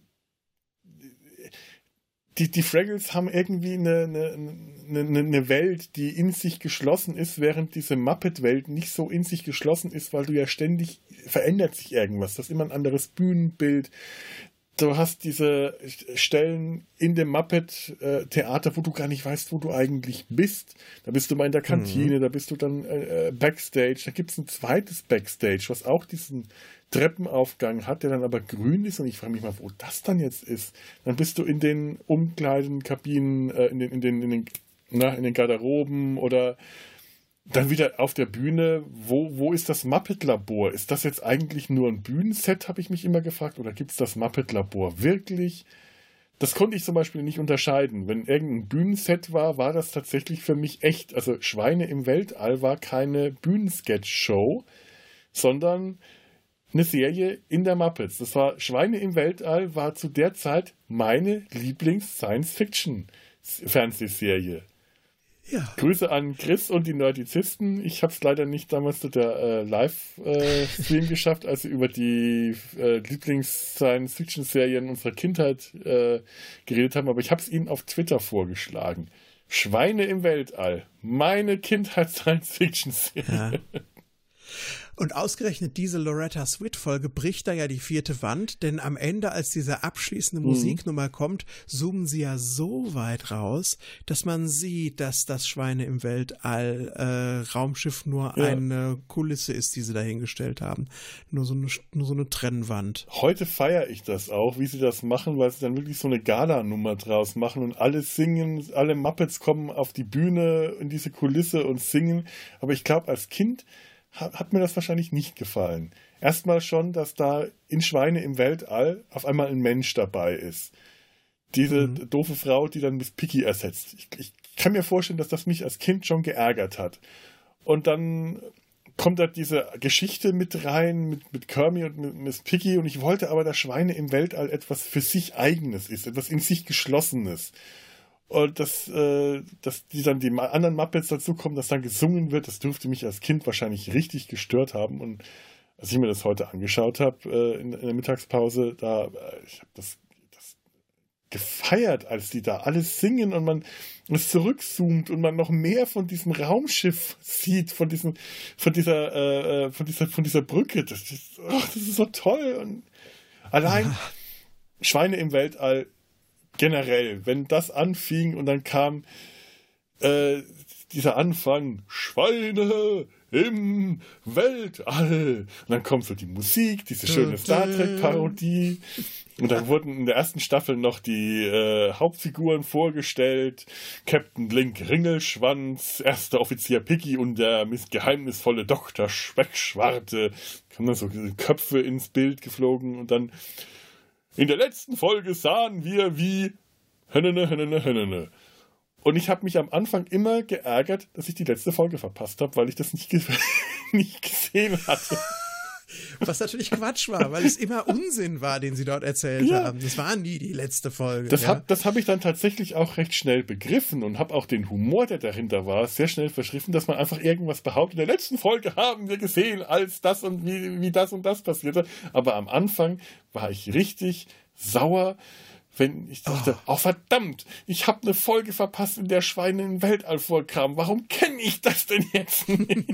Die, die Fraggles haben irgendwie eine, eine, eine, eine Welt, die in sich geschlossen ist, während diese Muppet-Welt nicht so in sich geschlossen ist, weil du ja ständig, verändert sich irgendwas. Das ist immer ein anderes Bühnenbild. Du hast diese Stellen in dem Muppet-Theater, wo du gar nicht weißt, wo du eigentlich bist. Da bist du mal in der Kantine, mhm. da bist du dann äh, Backstage. Da gibt es ein zweites Backstage, was auch diesen Treppenaufgang hat, der dann aber grün ist. Und ich frage mich mal, wo das dann jetzt ist. Dann bist du in den Umkleidenkabinen, äh, in den, in den, in den, na, in den Garderoben oder dann wieder auf der Bühne. Wo, wo ist das Muppet-Labor? Ist das jetzt eigentlich nur ein Bühnenset, habe ich mich immer gefragt. Oder gibt es das Muppet-Labor wirklich? das konnte ich zum Beispiel nicht unterscheiden. Wenn irgendein Bühnenset war, war das tatsächlich für mich echt. Also Schweine im Weltall war keine Bühnensketch-Show, sondern eine Serie in der Muppets. Das war Schweine im Weltall, war zu der Zeit meine Lieblings-Science-Fiction-Fernsehserie. Ja. Grüße an Chris und die Nerdizisten. Ich habe es leider nicht damals zu der äh, Live-Stream äh, geschafft, als wir über die äh, Lieblings-Science-Fiction-Serien unserer Kindheit äh, geredet haben, aber ich habe es ihnen auf Twitter vorgeschlagen. Schweine im Weltall. Meine Kindheits-Science-Fiction-Serie. Ja. Und ausgerechnet diese Loretta Swit-Folge bricht da ja die vierte Wand, denn am Ende, als diese abschließende mhm. Musiknummer kommt, zoomen sie ja so weit raus, dass man sieht, dass das Schweine im Weltall äh, Raumschiff nur ja. eine Kulisse ist, die sie dahingestellt haben. Nur so eine, nur so eine Trennwand. Heute feiere ich das auch, wie sie das machen, weil sie dann wirklich so eine Gala-Nummer draus machen und alle singen, alle Muppets kommen auf die Bühne in diese Kulisse und singen. Aber ich glaube, als Kind hat mir das wahrscheinlich nicht gefallen. Erstmal schon, dass da in Schweine im Weltall auf einmal ein Mensch dabei ist. Diese mhm. doofe Frau, die dann Miss Piggy ersetzt. Ich, ich kann mir vorstellen, dass das mich als Kind schon geärgert hat. Und dann kommt da diese Geschichte mit rein, mit, mit Kermit und mit Miss Piggy. Und ich wollte aber, dass Schweine im Weltall etwas für sich Eigenes ist, etwas in sich Geschlossenes. Und dass, äh, dass die dann die anderen Muppets dazukommen, dass dann gesungen wird, das dürfte mich als Kind wahrscheinlich richtig gestört haben. Und als ich mir das heute angeschaut habe äh, in, in der Mittagspause, da äh, ich habe das, das gefeiert, als die da alles singen und man es zurückzoomt und man noch mehr von diesem Raumschiff sieht, von diesem, von dieser, äh, von dieser, von dieser Brücke. Das ist, oh, das ist so toll. Und allein ja. Schweine im Weltall. Generell, wenn das anfing und dann kam äh, dieser Anfang, Schweine im Weltall. Und dann kommt so die Musik, diese schöne Star Trek-Parodie. Und dann wurden in der ersten Staffel noch die äh, Hauptfiguren vorgestellt. Captain Link Ringelschwanz, erster Offizier Piggy und der geheimnisvolle Doktor Speckschwarte. Kamen dann so Köpfe ins Bild geflogen und dann in der letzten Folge sahen wir, wie Hennene, Hennene, Hennene. Und ich habe mich am Anfang immer geärgert, dass ich die letzte Folge verpasst habe, weil ich das nicht, ge- nicht gesehen hatte. Was natürlich Quatsch war, weil es immer Unsinn war, den sie dort erzählt ja. haben. Das war nie die letzte Folge. Das ja. habe hab ich dann tatsächlich auch recht schnell begriffen und habe auch den Humor, der dahinter war, sehr schnell verschriffen, dass man einfach irgendwas behauptet. In der letzten Folge haben wir gesehen, als das und wie, wie das und das passierte. Aber am Anfang war ich richtig sauer, wenn ich dachte, oh, oh verdammt, ich habe eine Folge verpasst, in der Schweine im Weltall vorkamen. Warum kenne ich das denn jetzt nicht?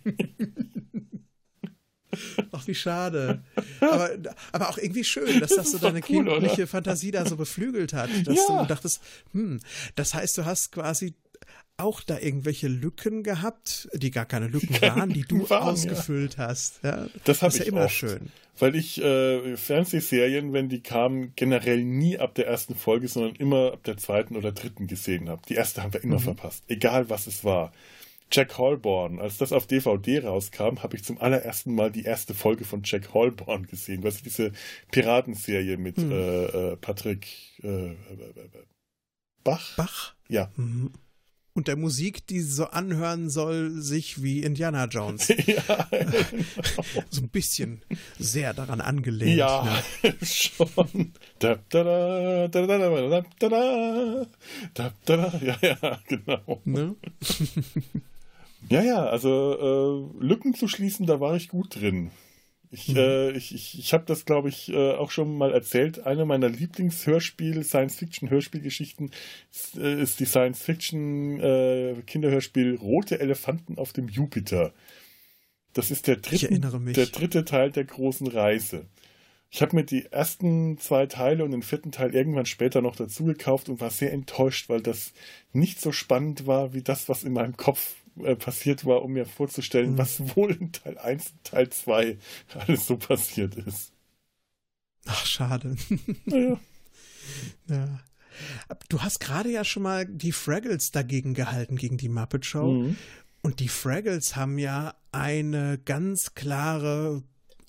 Ach, wie schade. Aber, aber auch irgendwie schön, dass das, das so deine cool, kindliche oder? Fantasie da so beflügelt hat. Dass ja. du dachtest, hm, das heißt, du hast quasi auch da irgendwelche Lücken gehabt, die gar keine Lücken waren, die du waren, ausgefüllt ja. hast. Ja, das habe ich ja immer oft, schön. Weil ich äh, Fernsehserien, wenn die kamen, generell nie ab der ersten Folge, sondern immer ab der zweiten oder dritten gesehen habe. Die erste haben wir immer mhm. verpasst, egal was es war. Jack Holborn, als das auf D V D rauskam, habe ich zum allerersten Mal die erste Folge von Jack Holborn gesehen. Weißt du, diese Piratenserie mit mhm. äh, äh, Patrick äh, Bach? Bach? Ja. Mhm. Und der Musik, die so anhören soll, sich wie Indiana Jones. Ja, genau. So ein bisschen sehr daran angelehnt. Ja, ne? Schon. Da, da, da, da, da, da, da, da, da, da, ja, ja, genau. Ne? Ja, ja, also äh, Lücken zu schließen, da war ich gut drin. Ich, mhm. äh, ich, ich, ich habe das, glaube ich, äh, auch schon mal erzählt. Eine meiner Lieblingshörspiel, Science-Fiction-Hörspielgeschichten ist, äh, ist die Science-Fiction-Kinderhörspiel äh, Rote Elefanten auf dem Jupiter. Das ist der dritte, der dritte Teil der großen Reise. Ich habe mir die ersten zwei Teile und den vierten Teil irgendwann später noch dazu gekauft und war sehr enttäuscht, weil das nicht so spannend war wie das, was in meinem Kopf äh, passiert war, um mir vorzustellen, mhm. was wohl in Teil eins und Teil zwei alles so passiert ist. Ach, schade. Naja. Ja. Du hast gerade ja schon mal die Fraggles dagegen gehalten, gegen die Muppet Show. Mhm. Und die Fraggles haben ja eine ganz klare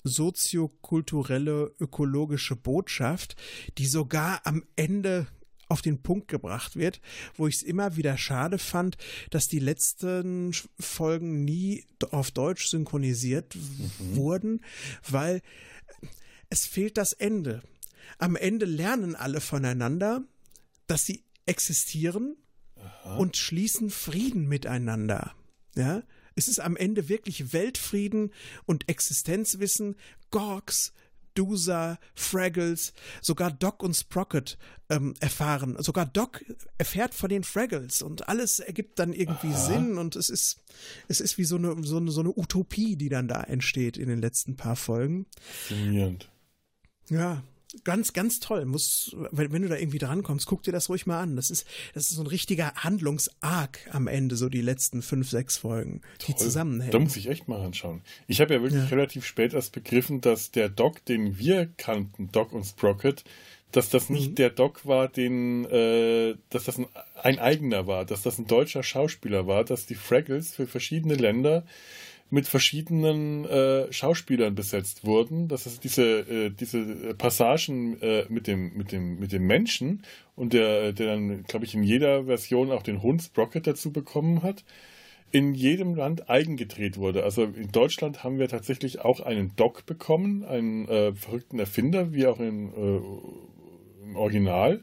soziokulturelle, ökologische Botschaft, die sogar am Ende auf den Punkt gebracht wird, wo ich es immer wieder schade fand, dass die letzten Folgen nie auf Deutsch synchronisiert mhm. wurden, weil es fehlt das Ende. Am Ende lernen alle voneinander, dass sie existieren Aha. und schließen Frieden miteinander. Ja? Es ist am Ende wirklich Weltfrieden und Existenzwissen, Gorks, Doozer, Fraggles, sogar Doc und Sprocket ähm, erfahren. Sogar Doc erfährt von den Fraggles und alles ergibt dann irgendwie Aha. Sinn und es ist, es ist wie so eine, so, eine, so eine Utopie, die dann da entsteht in den letzten paar Folgen. Faszinierend. Ja, ganz, ganz toll. Muss, wenn, wenn du da irgendwie drankommst, guck dir das ruhig mal an. Das ist, das ist so ein richtiger Handlungsarg am Ende, so die letzten fünf, sechs Folgen, die Toll. Zusammenhängen. Da muss ich echt mal anschauen. Ich habe ja wirklich ja. relativ spät erst begriffen, dass der Doc, den wir kannten, Doc und Sprocket, dass das nicht mhm. der Doc war, den, äh, dass das ein, ein eigener war, dass das ein deutscher Schauspieler war, dass die Fraggles für verschiedene Länder mit verschiedenen äh, Schauspielern besetzt wurden, dass es diese, äh, diese Passagen äh, mit dem, mit dem, mit dem Menschen und der, der dann, glaube ich, in jeder Version auch den Hund Sprocket dazu bekommen hat, in jedem Land eigen gedreht wurde. Also in Deutschland haben wir tatsächlich auch einen Doc bekommen, einen äh, verrückten Erfinder, wie auch in, äh, im Original.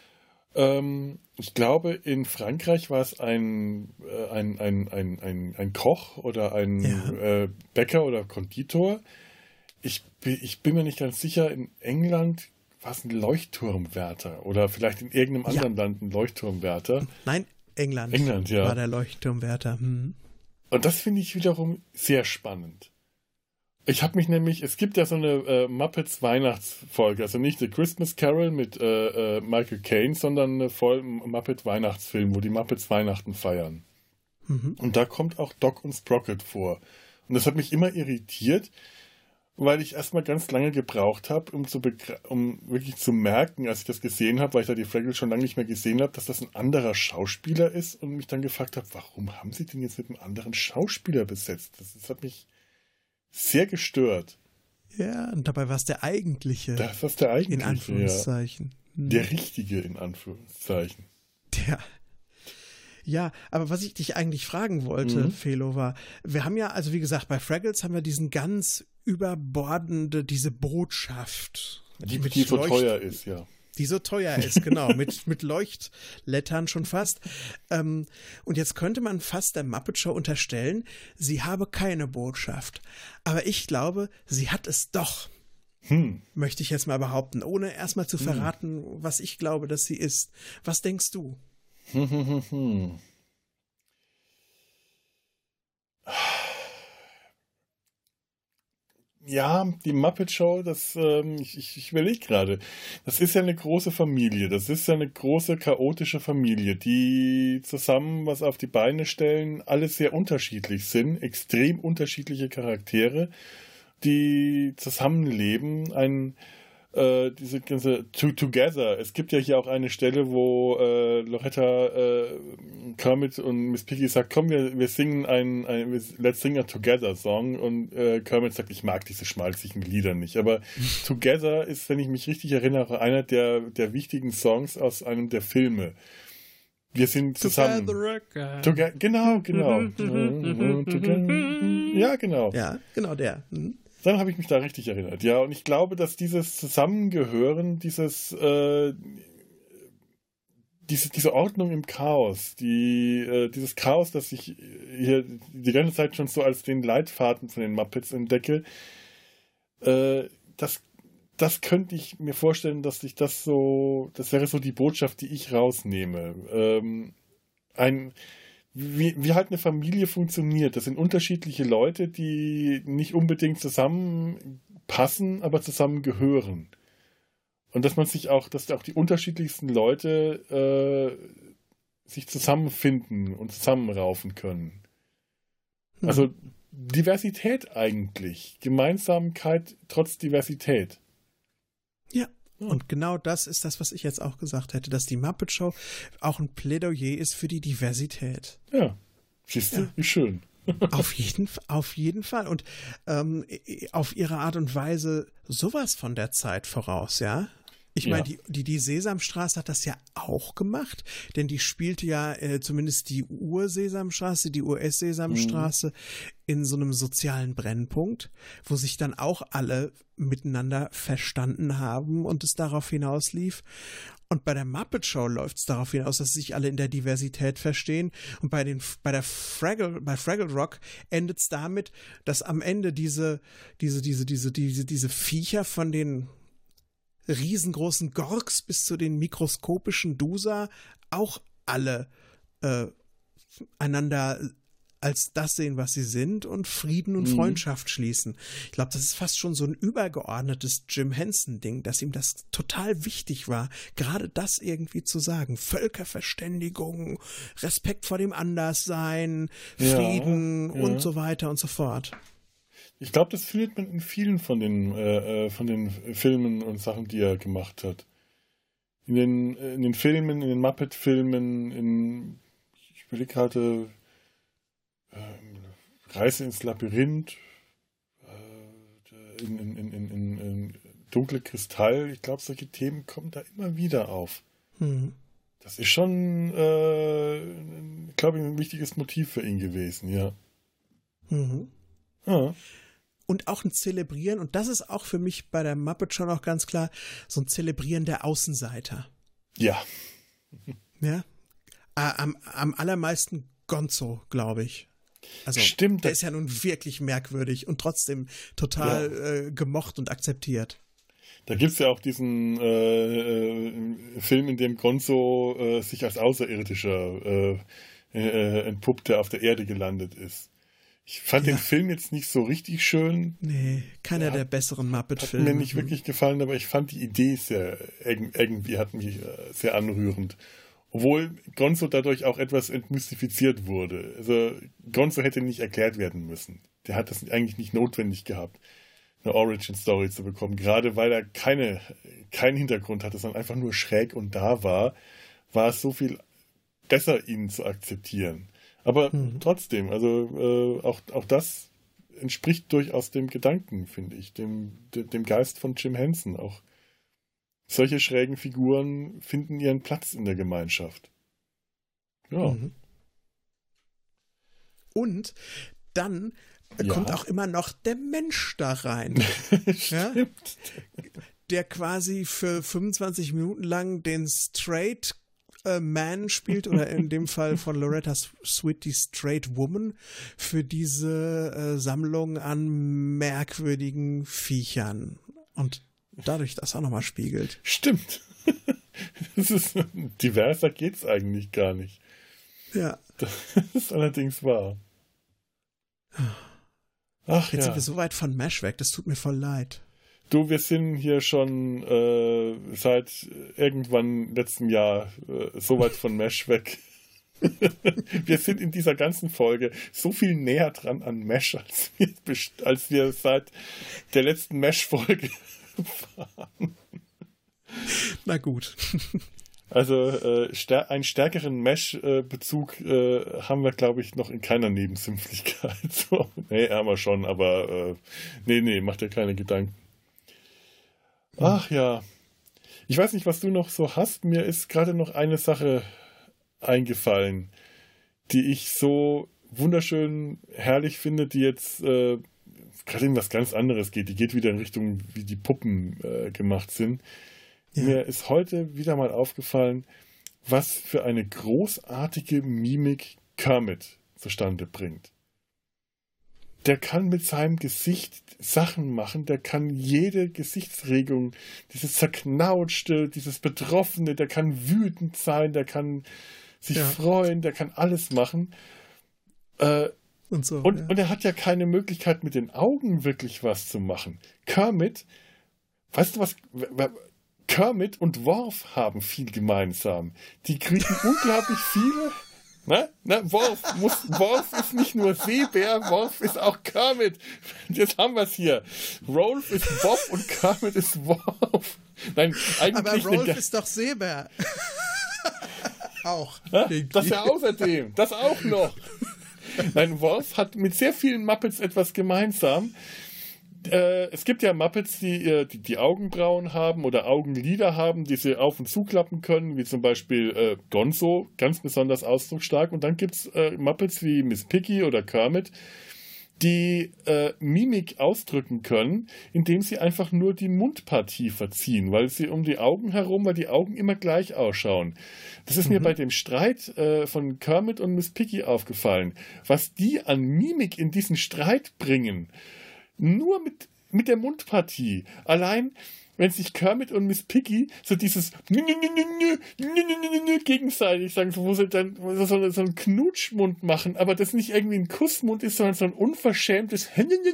Ähm, ich glaube, in Frankreich war es ein, äh, ein, ein, ein, ein, ein Koch oder ein ja. äh, Bäcker oder Konditor. Ich, ich bin mir nicht ganz sicher, in England war es ein Leuchtturmwärter oder vielleicht in irgendeinem ja. anderen Land ein Leuchtturmwärter. Nein, England, England ja. war der Leuchtturmwärter. Hm. Und das finde ich wiederum sehr spannend. Ich habe mich nämlich, es gibt ja so eine äh, Muppets Weihnachtsfolge, also nicht The Christmas Carol mit äh, äh, Michael Caine, sondern eine voll Muppet Weihnachtsfilm, wo die Muppets Weihnachten feiern. Mhm. Und da kommt auch Doc und Sprocket vor. Und das hat mich immer irritiert, weil ich erstmal ganz lange gebraucht habe, um, zu um wirklich zu merken, als ich das gesehen habe, weil ich da die Fraggles schon lange nicht mehr gesehen habe, dass das ein anderer Schauspieler ist und mich dann gefragt habe, warum haben sie den jetzt mit einem anderen Schauspieler besetzt? Das, das hat mich sehr gestört. Ja, und dabei war es der eigentliche. Das ist der eigentliche. In Anführungszeichen. Ja. Der richtige, in Anführungszeichen. Der. Ja, aber was ich dich eigentlich fragen wollte, mhm. Felo, war, wir haben ja, also wie gesagt, bei Fraggles haben wir diesen ganz überbordende, diese Botschaft. Die, die so teuer ist, ja. Die so teuer ist, genau, mit, mit Leuchtlettern schon fast. Ähm, und jetzt könnte man fast der Muppet Show unterstellen, sie habe keine Botschaft. Aber ich glaube, sie hat es doch. Hm. Möchte ich jetzt mal behaupten, ohne erstmal zu verraten, hm. was ich glaube, dass sie ist. Was denkst du? Hm, hm, hm, hm. Ja, die Muppet Show, das, ähm, ich, ich, ich überlege gerade, das ist ja eine große Familie, das ist ja eine große chaotische Familie, die zusammen was auf die Beine stellen, alle sehr unterschiedlich sind, extrem unterschiedliche Charaktere, die zusammenleben, ein äh, diese ganze Together. Es gibt ja hier auch eine Stelle, wo äh, Loretta, äh, Kermit und Miss Piggy sagt, komm, wir, wir singen ein, ein Let's Sing a Together Song und äh, Kermit sagt, ich mag diese schmalzigen Lieder nicht. Aber Together ist, wenn ich mich richtig erinnere, einer der, der wichtigen Songs aus einem der Filme. Wir sind zusammen. Together, genau, genau. Ja, genau. Ja, genau der. Mhm. Dann habe ich mich da richtig erinnert. Ja, und ich glaube, dass dieses Zusammengehören, dieses, äh, diese, diese Ordnung im Chaos, die, äh, dieses Chaos, das ich hier die ganze Zeit schon so als den Leitfaden von den Muppets entdecke, äh, das, das könnte ich mir vorstellen, dass ich das so, das wäre so die Botschaft, die ich rausnehme. Ähm, ein Wie, wie halt eine Familie funktioniert. Das sind unterschiedliche Leute, die nicht unbedingt zusammenpassen, aber zusammengehören. Und dass man sich auch, dass auch die unterschiedlichsten Leute äh, sich zusammenfinden und zusammenraufen können. Hm. Also Diversität eigentlich. Gemeinsamkeit trotz Diversität. Ja. Und genau das ist das, was ich jetzt auch gesagt hätte, dass die Muppet Show auch ein Plädoyer ist für die Diversität. Ja, siehst du, ja. Wie schön. Auf jeden, auf jeden Fall. Und ähm, auf ihre Art und Weise sowas von der Zeit voraus, ja. Ich meine, Ja. die, die, die Sesamstraße hat das ja auch gemacht, denn die spielte ja äh, zumindest die Ur-Sesamstraße, die U S-Sesamstraße in so einem sozialen Brennpunkt, wo sich dann auch alle miteinander verstanden haben und es darauf hinaus lief. Und bei der Muppet Show läuft es darauf hinaus, dass sich alle in der Diversität verstehen. Und bei den bei der Fraggle, bei Fraggle Rock endet es damit, dass am Ende diese, diese, diese, diese, diese, diese Viecher von den riesengroßen Gorks bis zu den mikroskopischen Dusa auch alle äh, einander als das sehen, was sie sind und Frieden und Mhm. Freundschaft schließen. Ich glaube, das ist fast schon so ein übergeordnetes Jim Henson-Ding, dass ihm das total wichtig war, gerade das irgendwie zu sagen. Völkerverständigung, Respekt vor dem Anderssein, Ja, Frieden ja. und so weiter und so fort. Ich glaube, das findet man in vielen von den, äh, äh, von den Filmen und Sachen, die er gemacht hat. In den, äh, in den Filmen, in den Muppet-Filmen, in, ich überlege gerade, äh, Reise ins Labyrinth, äh, in, in, in, in, in, in Dunkle Kristall. Ich glaube, solche Themen kommen da immer wieder auf. Hm. Das ist schon, äh, glaube ich, ein wichtiges Motiv für ihn gewesen, ja. Mhm. Ja. Und auch ein Zelebrieren, und das ist auch für mich bei der Muppet Show noch ganz klar, so ein Zelebrieren der Außenseiter. Ja. Ja? Äh, am, am allermeisten Gonzo, glaube ich. Also, Stimmt. der ist ja nun wirklich merkwürdig und trotzdem total Ja. äh, gemocht und akzeptiert. Da gibt es ja auch diesen äh, äh, Film, in dem Gonzo äh, sich als Außerirdischer äh, äh, entpuppt, der auf der Erde gelandet ist. Ich fand Ja. den Film jetzt nicht so richtig schön. Nee, keiner Ja, der besseren Hat Muppet-Filme. mir nicht wirklich gefallen, aber ich fand die Idee sehr, irg- irgendwie hat mich äh, sehr anrührend. Obwohl Gonzo dadurch auch etwas entmystifiziert wurde. Also Gonzo hätte nicht erklärt werden müssen. Der hat das eigentlich nicht notwendig gehabt, eine Origin-Story zu bekommen. Gerade weil er keine, keinen Hintergrund hatte, sondern einfach nur schräg und da war, war es so viel besser, ihn zu akzeptieren. Aber Mhm. trotzdem, also äh, auch, auch das entspricht durchaus dem Gedanken, finde ich, dem, dem, dem Geist von Jim Henson. Auch solche schrägen Figuren finden ihren Platz in der Gemeinschaft. Ja. Mhm. Und dann Ja. kommt auch immer noch der Mensch da rein. Ja? Stimmt. Der quasi für fünfundzwanzig Minuten lang den Straight äh, Man spielt oder in dem Fall von Loretta Swit die Straight Woman für diese äh, Sammlung an merkwürdigen Viechern und dadurch das auch nochmal spiegelt. Stimmt. Das ist, diverser geht's eigentlich gar nicht. Ja, Das ist allerdings wahr. Ach jetzt ja. sind wir so weit von MASH weg, das tut mir voll leid. Du, wir sind hier schon äh, seit irgendwann letztem Jahr äh, so weit von MASH weg. Wir sind in dieser ganzen Folge so viel näher dran an MASH, als wir, best- als wir seit der letzten MASH-Folge waren. Na gut. Also äh, stär- einen stärkeren MASH-Bezug äh, haben wir, glaube ich, noch in keiner Nebensinnlichkeit. So, nee, haben wir schon, aber äh, nee, nee, mach dir keine Gedanken. Ach ja. Ich weiß nicht, was du noch so hast. Mir ist gerade noch eine Sache eingefallen, die ich so wunderschön herrlich finde, die jetzt äh, gerade in was ganz anderes geht. Die geht wieder in Richtung, wie die Puppen äh, gemacht sind. Ja. Mir ist heute wieder mal aufgefallen, was für eine großartige Mimik Kermit zustande bringt. Der kann mit seinem Gesicht Sachen machen, der kann jede Gesichtsregung, dieses Zerknautschte, dieses Betroffene, der kann wütend sein, der kann sich Ja. freuen, der kann alles machen. Äh, Und so. und, ja. und er hat ja keine Möglichkeit, mit den Augen wirklich was zu machen. Kermit, weißt du was? w- w- Kermit und Worf haben viel gemeinsam. Die kriegen unglaublich viele. Na, na, Worf, muss, Worf ist nicht nur Seebär, Worf ist auch Kermit. Jetzt haben wir es hier. Rolf ist Bob und Kermit ist Worf. Nein, eigentlich Aber eine Rolf ge- ist doch Seebär. Auch. Ja, das ja außerdem, das auch noch. Nein, Wolf hat mit sehr vielen Muppets etwas gemeinsam. Äh, es gibt ja Muppets, die, äh, die die Augenbrauen haben oder Augenlider haben, die sie auf- und zuklappen können, wie zum Beispiel äh, Gonzo, ganz besonders ausdrucksstark. Und dann gibt es äh, Muppets wie Miss Piggy oder Kermit, die äh, Mimik ausdrücken können, indem sie einfach nur die Mundpartie verziehen, weil sie um die Augen herum, weil die Augen immer gleich ausschauen. Das ist mhm. mir bei dem Streit äh, von Kermit und Miss Piggy aufgefallen. Was die an Mimik in diesen Streit bringen, nur mit, mit der Mundpartie. Allein, wenn sich Kermit und Miss Piggy so dieses gegenseitig sagen, wo sie dann so, so einen Knutschmund machen, aber das nicht irgendwie ein Kussmund ist, sondern so ein unverschämtes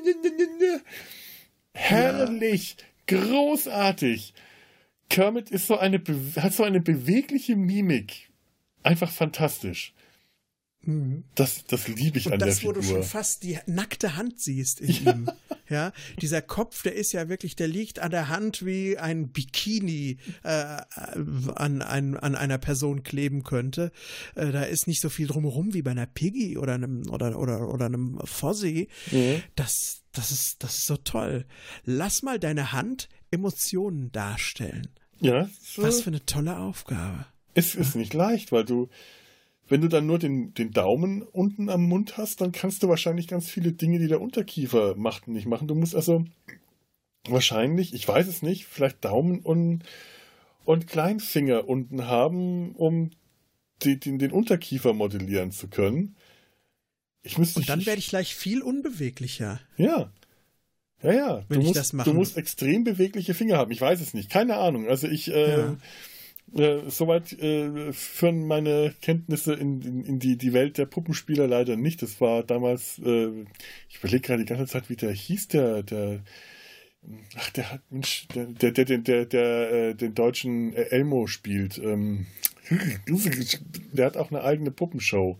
herrlich, ja. Großartig. Kermit ist so eine, hat so eine bewegliche Mimik. Einfach fantastisch. Mhm. Das, das liebe ich und an das, der Figur. Wo du schon fast die nackte Hand siehst in ja. ihm. Ja, dieser Kopf, der ist ja wirklich, der liegt an der Hand wie ein Bikini äh, an, ein, an einer Person kleben könnte. Äh, da ist nicht so viel drumherum wie bei einer Piggy oder einem oder oder oder einem Fozzie. Mhm. Das, das ist das ist so toll. Lass mal deine Hand Emotionen darstellen. Ja. So. Was für eine tolle Aufgabe. Es ist nicht leicht, weil du Wenn du dann nur den, den Daumen unten am Mund hast, dann kannst du wahrscheinlich ganz viele Dinge, die der Unterkiefer macht, nicht machen. Du musst also wahrscheinlich, ich weiß es nicht, vielleicht Daumen und, und Kleinfinger unten haben, um die, den, den Unterkiefer modellieren zu können. Ich müsste, und dann werde ich gleich viel unbeweglicher. Ja. Ja, ja. Wenn du, ich musst, das machen. du musst extrem bewegliche Finger haben. Ich weiß es nicht. Keine Ahnung. Also ich... Äh, ja. Äh, Soweit äh, führen meine Kenntnisse in, in, in die, die Welt der Puppenspieler leider nicht. Das war damals, äh, ich überlege gerade die ganze Zeit, wie der hieß, der, der, ach, der hat, Mensch, der, der, der, der, der, der äh, den deutschen äh, Elmo spielt. Ähm, der hat auch eine eigene Puppenshow.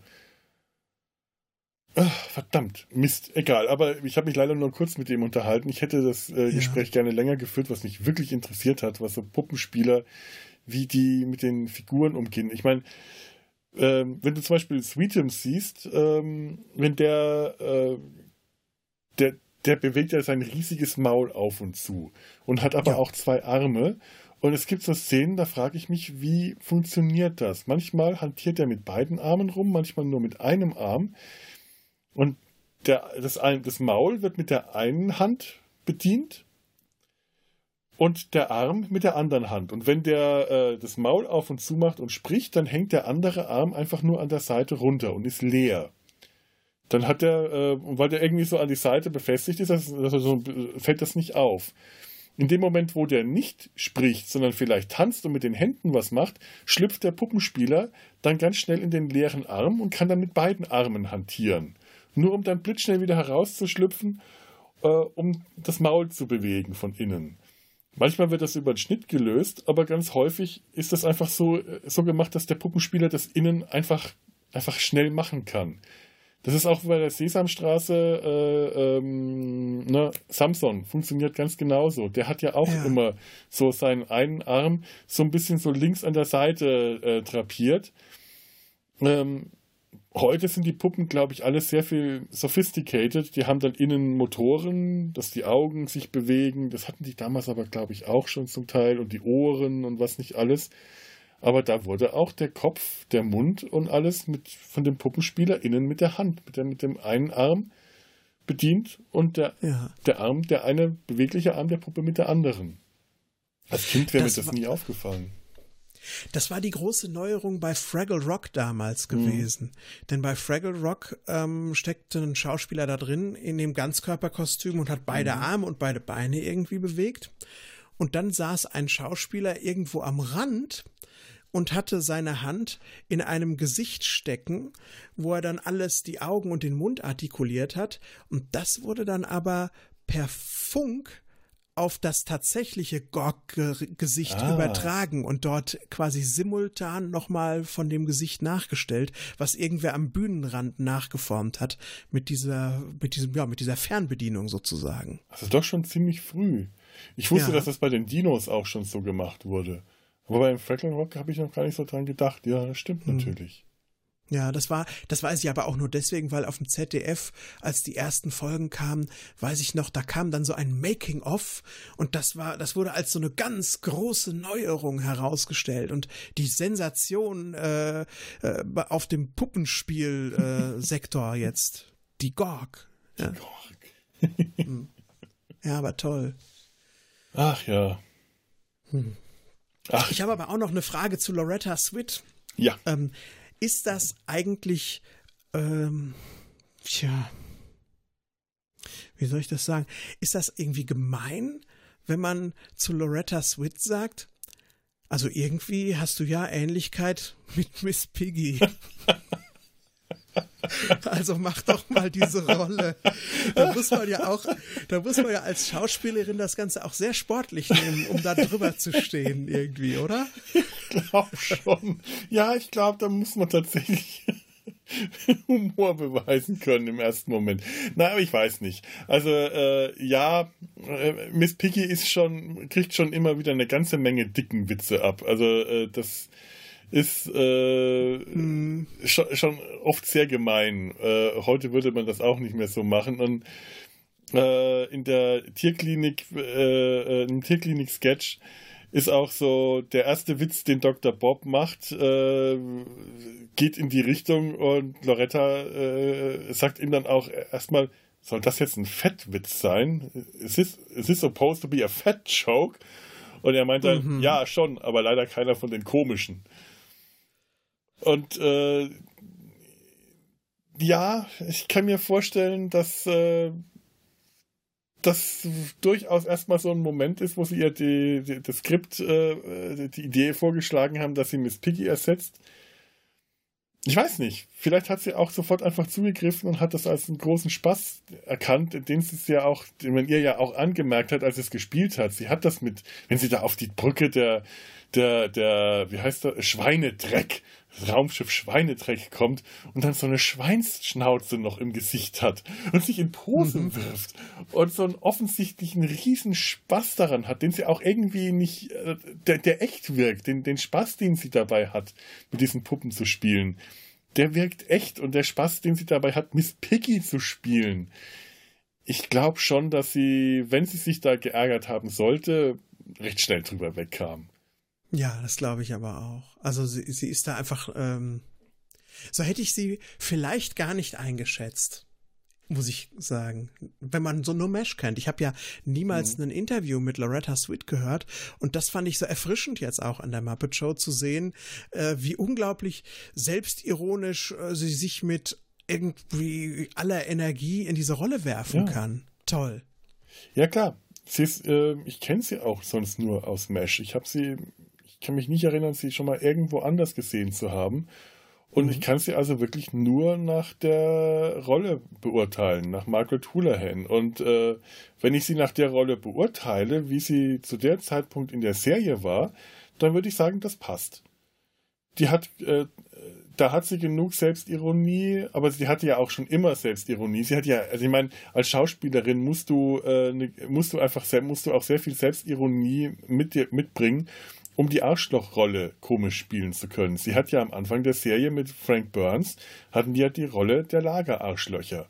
Ach, verdammt, Mist, egal. Aber ich habe mich leider nur kurz mit ihm unterhalten. Ich hätte das äh, ja. Gespräch gerne länger geführt, was mich wirklich interessiert hat, was so Puppenspieler, wie die mit den Figuren umgehen. Ich meine, ähm, wenn du zum Beispiel Sweetums siehst, ähm, wenn der, äh, der, der bewegt ja sein riesiges Maul auf und zu und hat aber ja. auch zwei Arme. Und es gibt so Szenen, da frage ich mich, wie funktioniert das? Manchmal hantiert er mit beiden Armen rum, manchmal nur mit einem Arm. Und der, das, das Maul wird mit der einen Hand bedient und der Arm mit der anderen Hand. Und wenn der äh, das Maul auf und zu macht und spricht, dann hängt der andere Arm einfach nur an der Seite runter und ist leer. Dann hat der, äh, weil der irgendwie so an die Seite befestigt ist, das, das so, fällt das nicht auf. In dem Moment, wo der nicht spricht, sondern vielleicht tanzt und mit den Händen was macht, schlüpft der Puppenspieler dann ganz schnell in den leeren Arm und kann dann mit beiden Armen hantieren. Nur um dann blitzschnell wieder herauszuschlüpfen, äh, um das Maul zu bewegen von innen. Manchmal wird das über den Schnitt gelöst, aber ganz häufig ist das einfach so, so gemacht, dass der Puppenspieler das innen einfach, einfach schnell machen kann. Das ist auch bei der Sesamstraße, äh, ähm, ne, Samson funktioniert ganz genauso. Der hat ja auch ja. immer so seinen einen Arm so ein bisschen so links an der Seite äh, drapiert. Ähm, Heute sind die Puppen, glaube ich, alle sehr viel sophisticated. Die haben dann innen Motoren, dass die Augen sich bewegen. Das hatten die damals aber, glaube ich, auch schon zum Teil. Und die Ohren und was nicht alles. Aber da wurde auch der Kopf, der Mund und alles mit von dem Puppenspieler innen mit der Hand, mit, der, mit dem einen Arm bedient und der, ja. der Arm, der eine bewegliche Arm der Puppe mit der anderen. Als Kind wäre mir das nie aufgefallen. Das war die große Neuerung bei Fraggle Rock damals gewesen. Mhm. Denn bei Fraggle Rock ähm, steckte ein Schauspieler da drin in dem Ganzkörperkostüm und hat beide mhm. Arme und beide Beine irgendwie bewegt. Und dann saß ein Schauspieler irgendwo am Rand und hatte seine Hand in einem Gesicht stecken, wo er dann alles, die Augen und den Mund artikuliert hat. Und das wurde dann aber per Funk auf das tatsächliche Gork-Gesicht ah. übertragen und dort quasi simultan nochmal von dem Gesicht nachgestellt, was irgendwer am Bühnenrand nachgeformt hat mit dieser, mit diesem, ja, mit dieser Fernbedienung sozusagen. Also doch schon ziemlich früh. Ich wusste, ja. dass das bei den Dinos auch schon so gemacht wurde. Aber beim Fraggle Rock habe ich noch gar nicht so dran gedacht. Ja, das stimmt hm. natürlich. Ja, das war, das weiß ich aber auch nur deswegen, weil auf dem Z D F, als die ersten Folgen kamen, weiß ich noch, da kam dann so ein Making-of und das war, das wurde als so eine ganz große Neuerung herausgestellt und die Sensation äh, äh, auf dem Puppenspiel-Sektor äh, jetzt, die Gorg. Ja. Die Gorg. Ja, aber toll. Ach ja. Hm. Ach. Ich habe aber auch noch eine Frage zu Loretta Swit. Ja. Ähm, Ist das eigentlich, ähm, tja, wie soll ich das sagen? Ist das irgendwie gemein, wenn man zu Loretta Swit sagt? Also irgendwie hast du ja Ähnlichkeit mit Miss Piggy. Also mach doch mal diese Rolle. Da muss man ja auch, da muss man ja als Schauspielerin das Ganze auch sehr sportlich nehmen, um da drüber zu stehen irgendwie, oder? Ich glaube schon. Ja, ich glaube, da muss man tatsächlich Humor beweisen können im ersten Moment. Nein, aber ich weiß nicht. Also äh, ja, äh, Miss Piggy ist schon, kriegt schon immer wieder eine ganze Menge dicken Witze ab. Also äh, das ist äh, hm. schon, schon oft sehr gemein. Äh, heute würde man das auch nicht mehr so machen. Und äh, in der Tierklinik, äh, im Tierklinik-Sketch ist auch so, der erste Witz, den Doktor Bob macht, äh, geht in die Richtung und Loretta äh, sagt ihm dann auch erstmal, soll das jetzt ein Fettwitz sein? Is this, is this supposed to be a fat joke? Und er meint dann, mhm. ja, schon, aber leider keiner von den komischen. Und äh, ja, ich kann mir vorstellen, dass äh, das durchaus erstmal so ein Moment ist, wo sie ihr die, die, das Skript, äh, die Idee vorgeschlagen haben, dass sie Miss Piggy ersetzt. Ich weiß nicht, vielleicht hat sie auch sofort einfach zugegriffen und hat das als einen großen Spaß erkannt, den sie es ja auch, den man ihr ja auch angemerkt hat, als es gespielt hat. Sie hat das mit, wenn sie da auf die Brücke der, der, der, wie heißt der, Schweinedreck, das Raumschiff Schweinedreck kommt und dann so eine Schweinsschnauze noch im Gesicht hat und sich in Posen mhm. wirft und so einen offensichtlichen riesen Spaß daran hat, den sie auch irgendwie nicht, der, der echt wirkt, den, den Spaß, den sie dabei hat, mit diesen Puppen zu spielen, der wirkt echt und der Spaß, den sie dabei hat, Miss Piggy zu spielen. Ich glaube schon, dass sie, wenn sie sich da geärgert haben sollte, recht schnell drüber wegkam. Ja, das glaube ich aber auch. Also sie, sie ist da einfach, ähm, so hätte ich sie vielleicht gar nicht eingeschätzt, muss ich sagen, wenn man so nur Mesh kennt. Ich habe ja niemals mhm. ein Interview mit Loretta Swit gehört und das fand ich so erfrischend jetzt auch an der Muppet Show zu sehen, äh, wie unglaublich selbstironisch äh, sie sich mit irgendwie aller Energie in diese Rolle werfen ja. kann. Toll. Ja klar, sie ist, äh, ich kenne sie auch sonst nur aus Mesh. Ich habe sie Ich kann mich nicht erinnern, sie schon mal irgendwo anders gesehen zu haben. Und mhm. ich kann sie also wirklich nur nach der Rolle beurteilen, nach Margaret Houlihan. Und äh, wenn ich sie nach der Rolle beurteile, wie sie zu der Zeitpunkt in der Serie war, dann würde ich sagen, das passt. Die hat, äh, da hat sie genug Selbstironie, aber sie hatte ja auch schon immer Selbstironie. Sie hat ja, also ich meine, als Schauspielerin musst du, äh, ne, musst du einfach, musst du auch sehr viel Selbstironie mit dir mitbringen, um die Arschlochrolle komisch spielen zu können. Sie hat ja am Anfang der Serie mit Frank Burns, hatten die ja die Rolle der Lagerarschlöcher.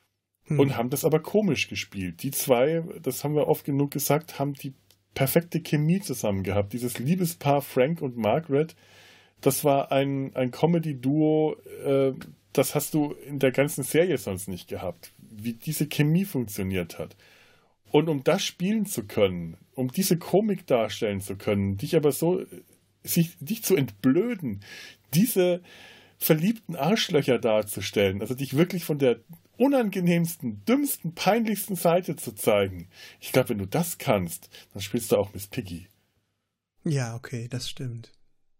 Hm. Und haben das aber komisch gespielt. Die zwei, das haben wir oft genug gesagt, haben die perfekte Chemie zusammen gehabt. Dieses Liebespaar Frank und Margaret, das war ein, ein Comedy-Duo, äh, das hast du in der ganzen Serie sonst nicht gehabt. Wie diese Chemie funktioniert hat. Und um das spielen zu können, um diese Komik darstellen zu können, dich aber so, sich, dich zu entblöden, diese verliebten Arschlöcher darzustellen, also dich wirklich von der unangenehmsten, dümmsten, peinlichsten Seite zu zeigen. Ich glaube, wenn du das kannst, dann spielst du auch Miss Piggy. Ja, okay, das stimmt.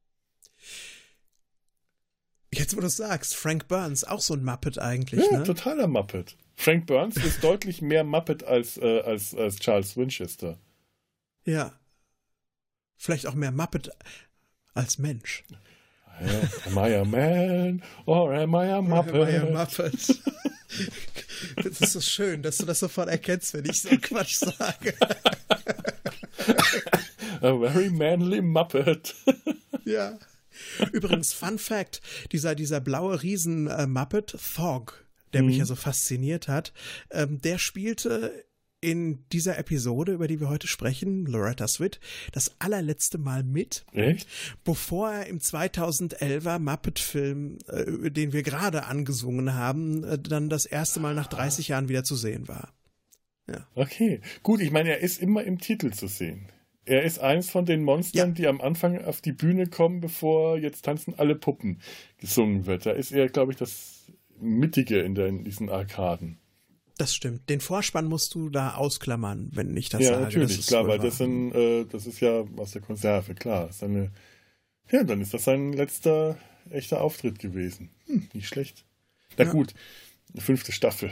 Jetzt, wo du es sagst, Frank Burns, auch so ein Muppet eigentlich, ja, ne? Totaler Muppet. Frank Burns ist deutlich mehr Muppet als, äh, als, als Charles Winchester. Ja. Vielleicht auch mehr Muppet als Mensch. Ja, am I a man or am I a Muppet? Am I a Muppet? Das ist so schön, dass du das sofort erkennst, wenn ich so einen Quatsch sage. A very manly Muppet. Ja. Übrigens, Fun Fact, dieser, dieser blaue Riesen-Muppet, äh, Thog, der mhm. mich ja so fasziniert hat, ähm, der spielte in dieser Episode, über die wir heute sprechen, Loretta Swit, das allerletzte Mal mit. Echt? Bevor er im zweitausendelfer Muppet-Film, äh, den wir gerade angesungen haben, äh, dann das erste Mal nach dreißig Jahren wieder zu sehen war. Ja. Okay, gut, ich meine, er ist immer im Titel zu sehen. Er ist eins von den Monstern, ja. die am Anfang auf die Bühne kommen, bevor jetzt tanzen alle Puppen gesungen wird. Da ist er, glaube ich, das Mittige in, der, in diesen Arkaden. Das stimmt. Den Vorspann musst du da ausklammern, wenn ich das ja, sage. Ja, natürlich, das klar, weil das, sind, äh, das ist ja aus der Konserve, klar. Seine, ja, dann ist das sein letzter echter Auftritt gewesen. Hm, nicht schlecht. Na ja. gut, fünfte Staffel.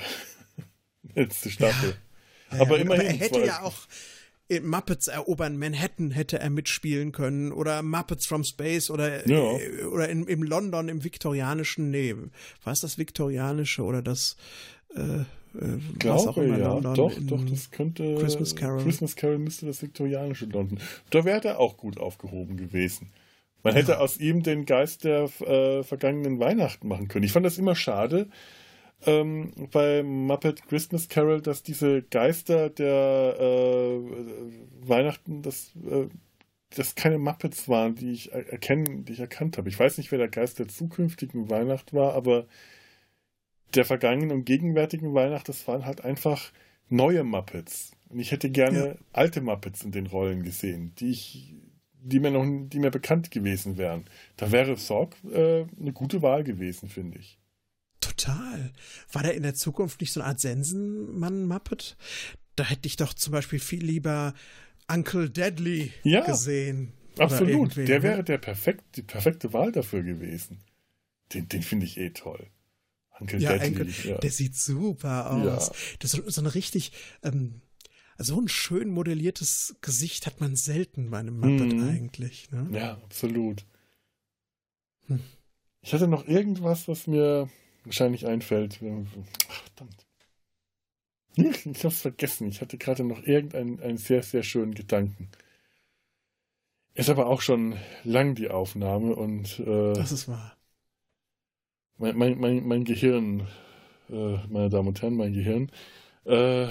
Letzte Staffel. Ja. Aber ja, immerhin. Aber er hätte ja auch in Muppets erobern Manhattan hätte er mitspielen können oder Muppets from Space oder, ja. oder in, im London im viktorianischen, nee, war es das viktorianische oder das äh, Ich glaube, auch immer ja, London doch, doch, das könnte Christmas Carol. Christmas Carol müsste das viktorianische London. Da wäre er auch gut aufgehoben gewesen. Man hätte ja. aus ihm den Geist der äh, vergangenen Weihnachten machen können. Ich fand das immer schade ähm, bei Muppet Christmas Carol, dass diese Geister der äh, Weihnachten, das, äh, das keine Muppets waren, die ich erkennen, die ich erkannt habe. Ich weiß nicht, wer der Geist der zukünftigen Weihnacht war, aber der vergangenen und gegenwärtigen Weihnacht, das waren halt einfach neue Muppets. Und ich hätte gerne ja. alte Muppets in den Rollen gesehen, die ich, die mir noch, die mir bekannt gewesen wären. Da wäre Thog äh, eine gute Wahl gewesen, finde ich. Total. War der in der Zukunft nicht so eine Art Sensenmann-Muppet? Da hätte ich doch zum Beispiel viel lieber Uncle Deadly ja, gesehen. Absolut. Der wäre der perfekt, die perfekte Wahl dafür gewesen. Den, den finde ich eh toll. Uncle ja, Deadly, Enkel, ja, der sieht super aus. Ja. Das ist so eine richtig, ähm, so ein schön modelliertes Gesicht hat man selten bei einem Muppet mhm. eigentlich. Ne? Ja, absolut. Hm. Ich hatte noch irgendwas, was mir wahrscheinlich einfällt. Ach, verdammt. Ich hab's vergessen. Ich hatte gerade noch irgendeinen einen sehr, sehr schönen Gedanken. Ist aber auch schon lang die Aufnahme und äh, das ist wahr. Mein, mein, mein, mein Gehirn, äh, meine Damen und Herren, mein Gehirn, äh,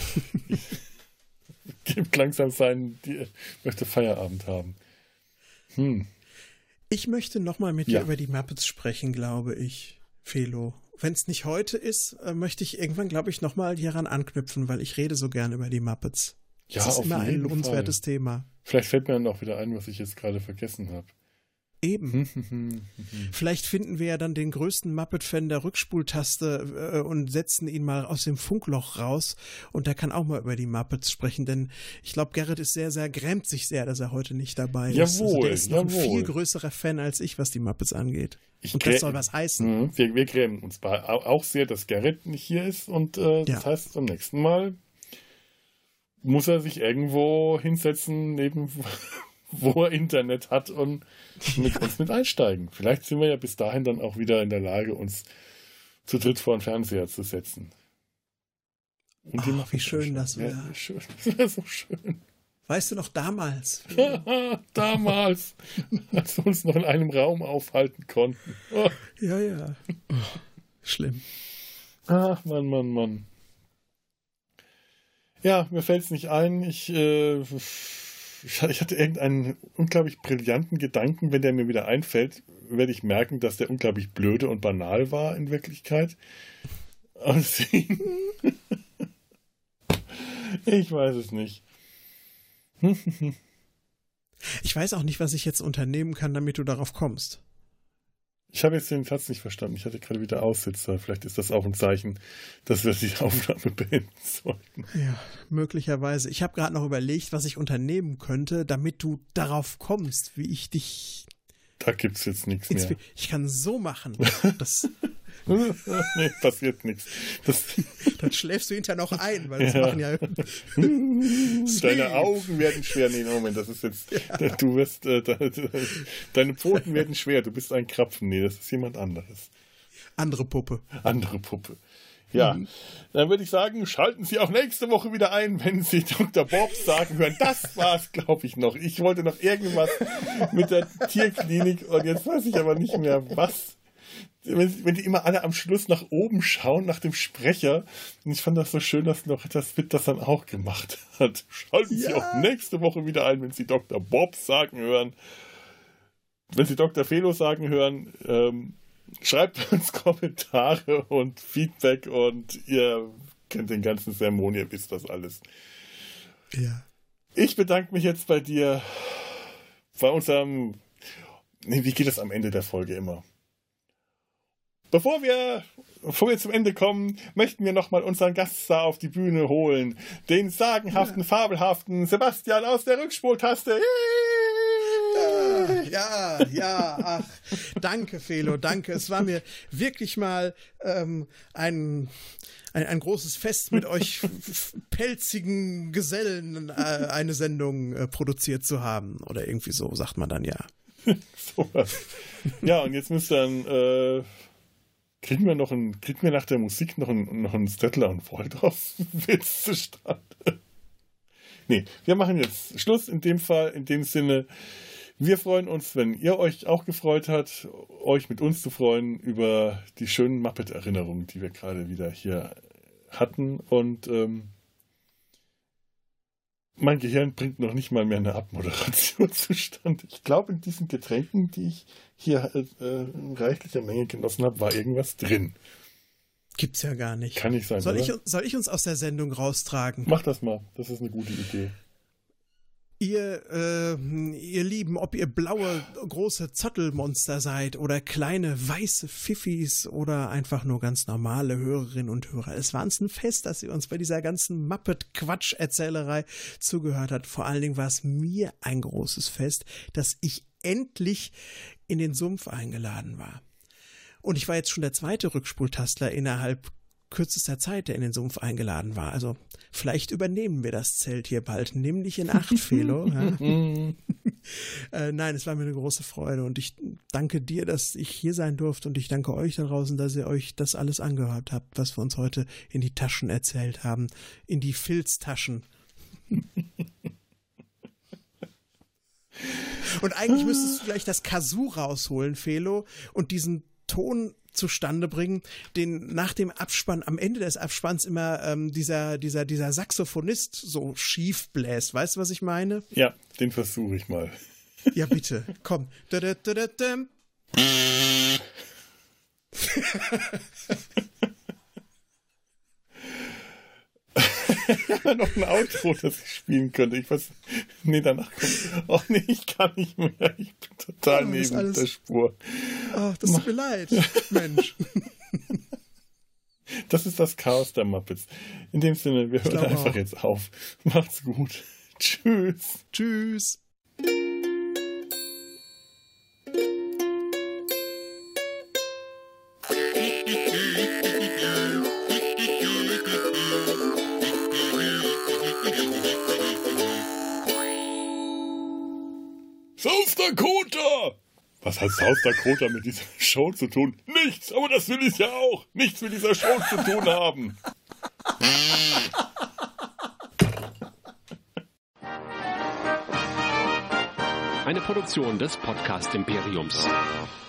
gibt langsam sein, die möchte Feierabend haben. Hm. Ich möchte nochmal mit ja. dir über die Muppets sprechen, glaube ich, Felo. Wenn es nicht heute ist, äh, möchte ich irgendwann, glaube ich, nochmal hieran anknüpfen, weil ich rede so gerne über die Muppets. Ja, das ist auf immer jeden ein lohnenswertes Fall. Thema. Vielleicht fällt mir dann auch wieder ein, was ich jetzt gerade vergessen habe. Eben. Vielleicht finden wir ja dann den größten Muppet-Fan der Rückspultaste äh, und setzen ihn mal aus dem Funkloch raus und der kann auch mal über die Muppets sprechen, denn ich glaube, Gerrit ist sehr, sehr, grämt sich sehr, dass er heute nicht dabei ist. Jawohl, also der ist noch jawohl. ein viel größerer Fan als ich, was die Muppets angeht. Ich und das soll was heißen. Wir, wir grämen uns auch sehr, dass Gerrit nicht hier ist und äh, das ja. heißt, beim nächsten Mal muss er sich irgendwo hinsetzen, neben wo er Internet hat und mit uns mit einsteigen. Vielleicht sind wir ja bis dahin dann auch wieder in der Lage, uns zu dritt vor den Fernseher zu setzen. Und oh, wie schön das wäre. Ja, schön. Das wäre so schön. Weißt du noch, damals? damals, als wir uns noch in einem Raum aufhalten konnten. Oh. Ja, ja. Oh, schlimm. Ach, Mann, Mann, Mann. Ja, mir fällt es nicht ein. Ich, äh, ich hatte irgendeinen unglaublich brillanten Gedanken. Wenn der mir wieder einfällt, werde ich merken, dass der unglaublich blöde und banal war in Wirklichkeit. Ich weiß es nicht. Ich weiß auch nicht, was ich jetzt unternehmen kann, damit du darauf kommst. Ich habe jetzt den Satz nicht verstanden. Ich hatte gerade wieder Aussitzer. Vielleicht ist das auch ein Zeichen, dass wir die Aufnahme beenden sollten. Ja, möglicherweise. Ich habe gerade noch überlegt, was ich unternehmen könnte, damit du darauf kommst, wie ich dich... Da gibt es jetzt nichts mehr. Ich kann so machen. Das... Nee, passiert nichts. Das Dann schläfst du hinterher noch ein, weil das ja. machen ja... Deine Augen werden schwer. Nee, Moment, das ist jetzt... Ja. Du wirst... Äh, de, de, deine Pfoten werden schwer. Du bist ein Krapfen. Nee, das ist jemand anderes. Andere Puppe. Andere Puppe. Ja, mhm. Dann würde ich sagen, schalten Sie auch nächste Woche wieder ein, wenn Sie Doktor Bob sagen hören. Das war's, glaube ich, noch. Ich wollte noch irgendwas mit der Tierklinik und jetzt weiß ich aber nicht mehr, was. Wenn, wenn die immer alle am Schluss nach oben schauen, nach dem Sprecher. Und ich fand das so schön, dass noch das Witt das dann auch gemacht hat. Schalten ja. Sie auch nächste Woche wieder ein, wenn Sie Doktor Bob sagen hören. Wenn Sie Doktor Felo sagen hören, ähm, schreibt uns Kommentare und Feedback und ihr kennt den ganzen Sermon, ihr wisst das alles. Ja. Ich bedanke mich jetzt bei dir, bei unserem, nee, wie geht es am Ende der Folge immer? Bevor wir, bevor wir zum Ende kommen, möchten wir nochmal unseren Gaststar auf die Bühne holen, den sagenhaften, ja. fabelhaften Sebastian aus der Rückspultaste. Ja, ja, ach, danke, Felo, danke. Es war mir wirklich mal ähm, ein, ein, ein großes Fest, mit euch pelzigen Gesellen äh, eine Sendung äh, produziert zu haben. Oder irgendwie so, sagt man dann ja. So was. Ja, und jetzt müsst ihr dann, äh, kriegen wir noch ein, kriegen wir nach der Musik noch einen, noch einen Stettler und Waldorf-Witz zustande? Nee, wir machen jetzt Schluss in dem Fall, in dem Sinne. Wir freuen uns, wenn ihr euch auch gefreut habt, euch mit uns zu freuen über die schönen Muppet-Erinnerungen, die wir gerade wieder hier hatten. Und ähm, mein Gehirn bringt noch nicht mal mehr eine Abmoderation zustande. Ich glaube, in diesen Getränken, die ich hier äh, in reichlicher Menge genossen habe, war irgendwas drin. Gibt's ja gar nicht. Kann nicht sein, soll oder? Ich, soll ich uns aus der Sendung raustragen? Mach das mal. Das ist eine gute Idee. Ihr, äh, ihr Lieben, ob ihr blaue, große Zottelmonster seid oder kleine, weiße Pfiffis oder einfach nur ganz normale Hörerinnen und Hörer. Es war uns ein Fest, dass ihr uns bei dieser ganzen Muppet-Quatsch-Erzählerei zugehört habt. Vor allen Dingen war es mir ein großes Fest, dass ich endlich in den Sumpf eingeladen war. Und ich war jetzt schon der zweite Rückspultastler innerhalb kürzester Zeit, der in den Sumpf eingeladen war. Also vielleicht übernehmen wir das Zelt hier bald. Nimm dich in Acht, Felo. Ja. äh, nein, es war mir eine große Freude und ich danke dir, dass ich hier sein durfte und ich danke euch da draußen, dass ihr euch das alles angehört habt, was wir uns heute in die Taschen erzählt haben. In die Filztaschen. Und eigentlich müsstest du gleich das Kazoo rausholen, Felo, und diesen Ton zustande bringen, den nach dem Abspann, am Ende des Abspanns immer ähm, dieser, dieser, dieser Saxophonist so schief bläst. Weißt du, was ich meine? Ja, den versuche ich mal. Ja, bitte, komm. Da, da, da, da, da. Ja, noch ein Outro, das ich spielen könnte. Ich weiß, nee, danach kommt, oh nee, ich kann nicht mehr. Ich bin total oh, neben alles, der Spur. Oh, das tut mir leid, Mensch. Das ist das Chaos der Muppets. In dem Sinne, wir hören einfach auch. jetzt auf. Macht's gut. Tschüss. Tschüss. South Dakota! Was hat South Dakota mit dieser Show zu tun? Nichts, aber das will ich ja auch. Nichts mit dieser Show zu tun haben. Eine Produktion des Podcast Imperiums.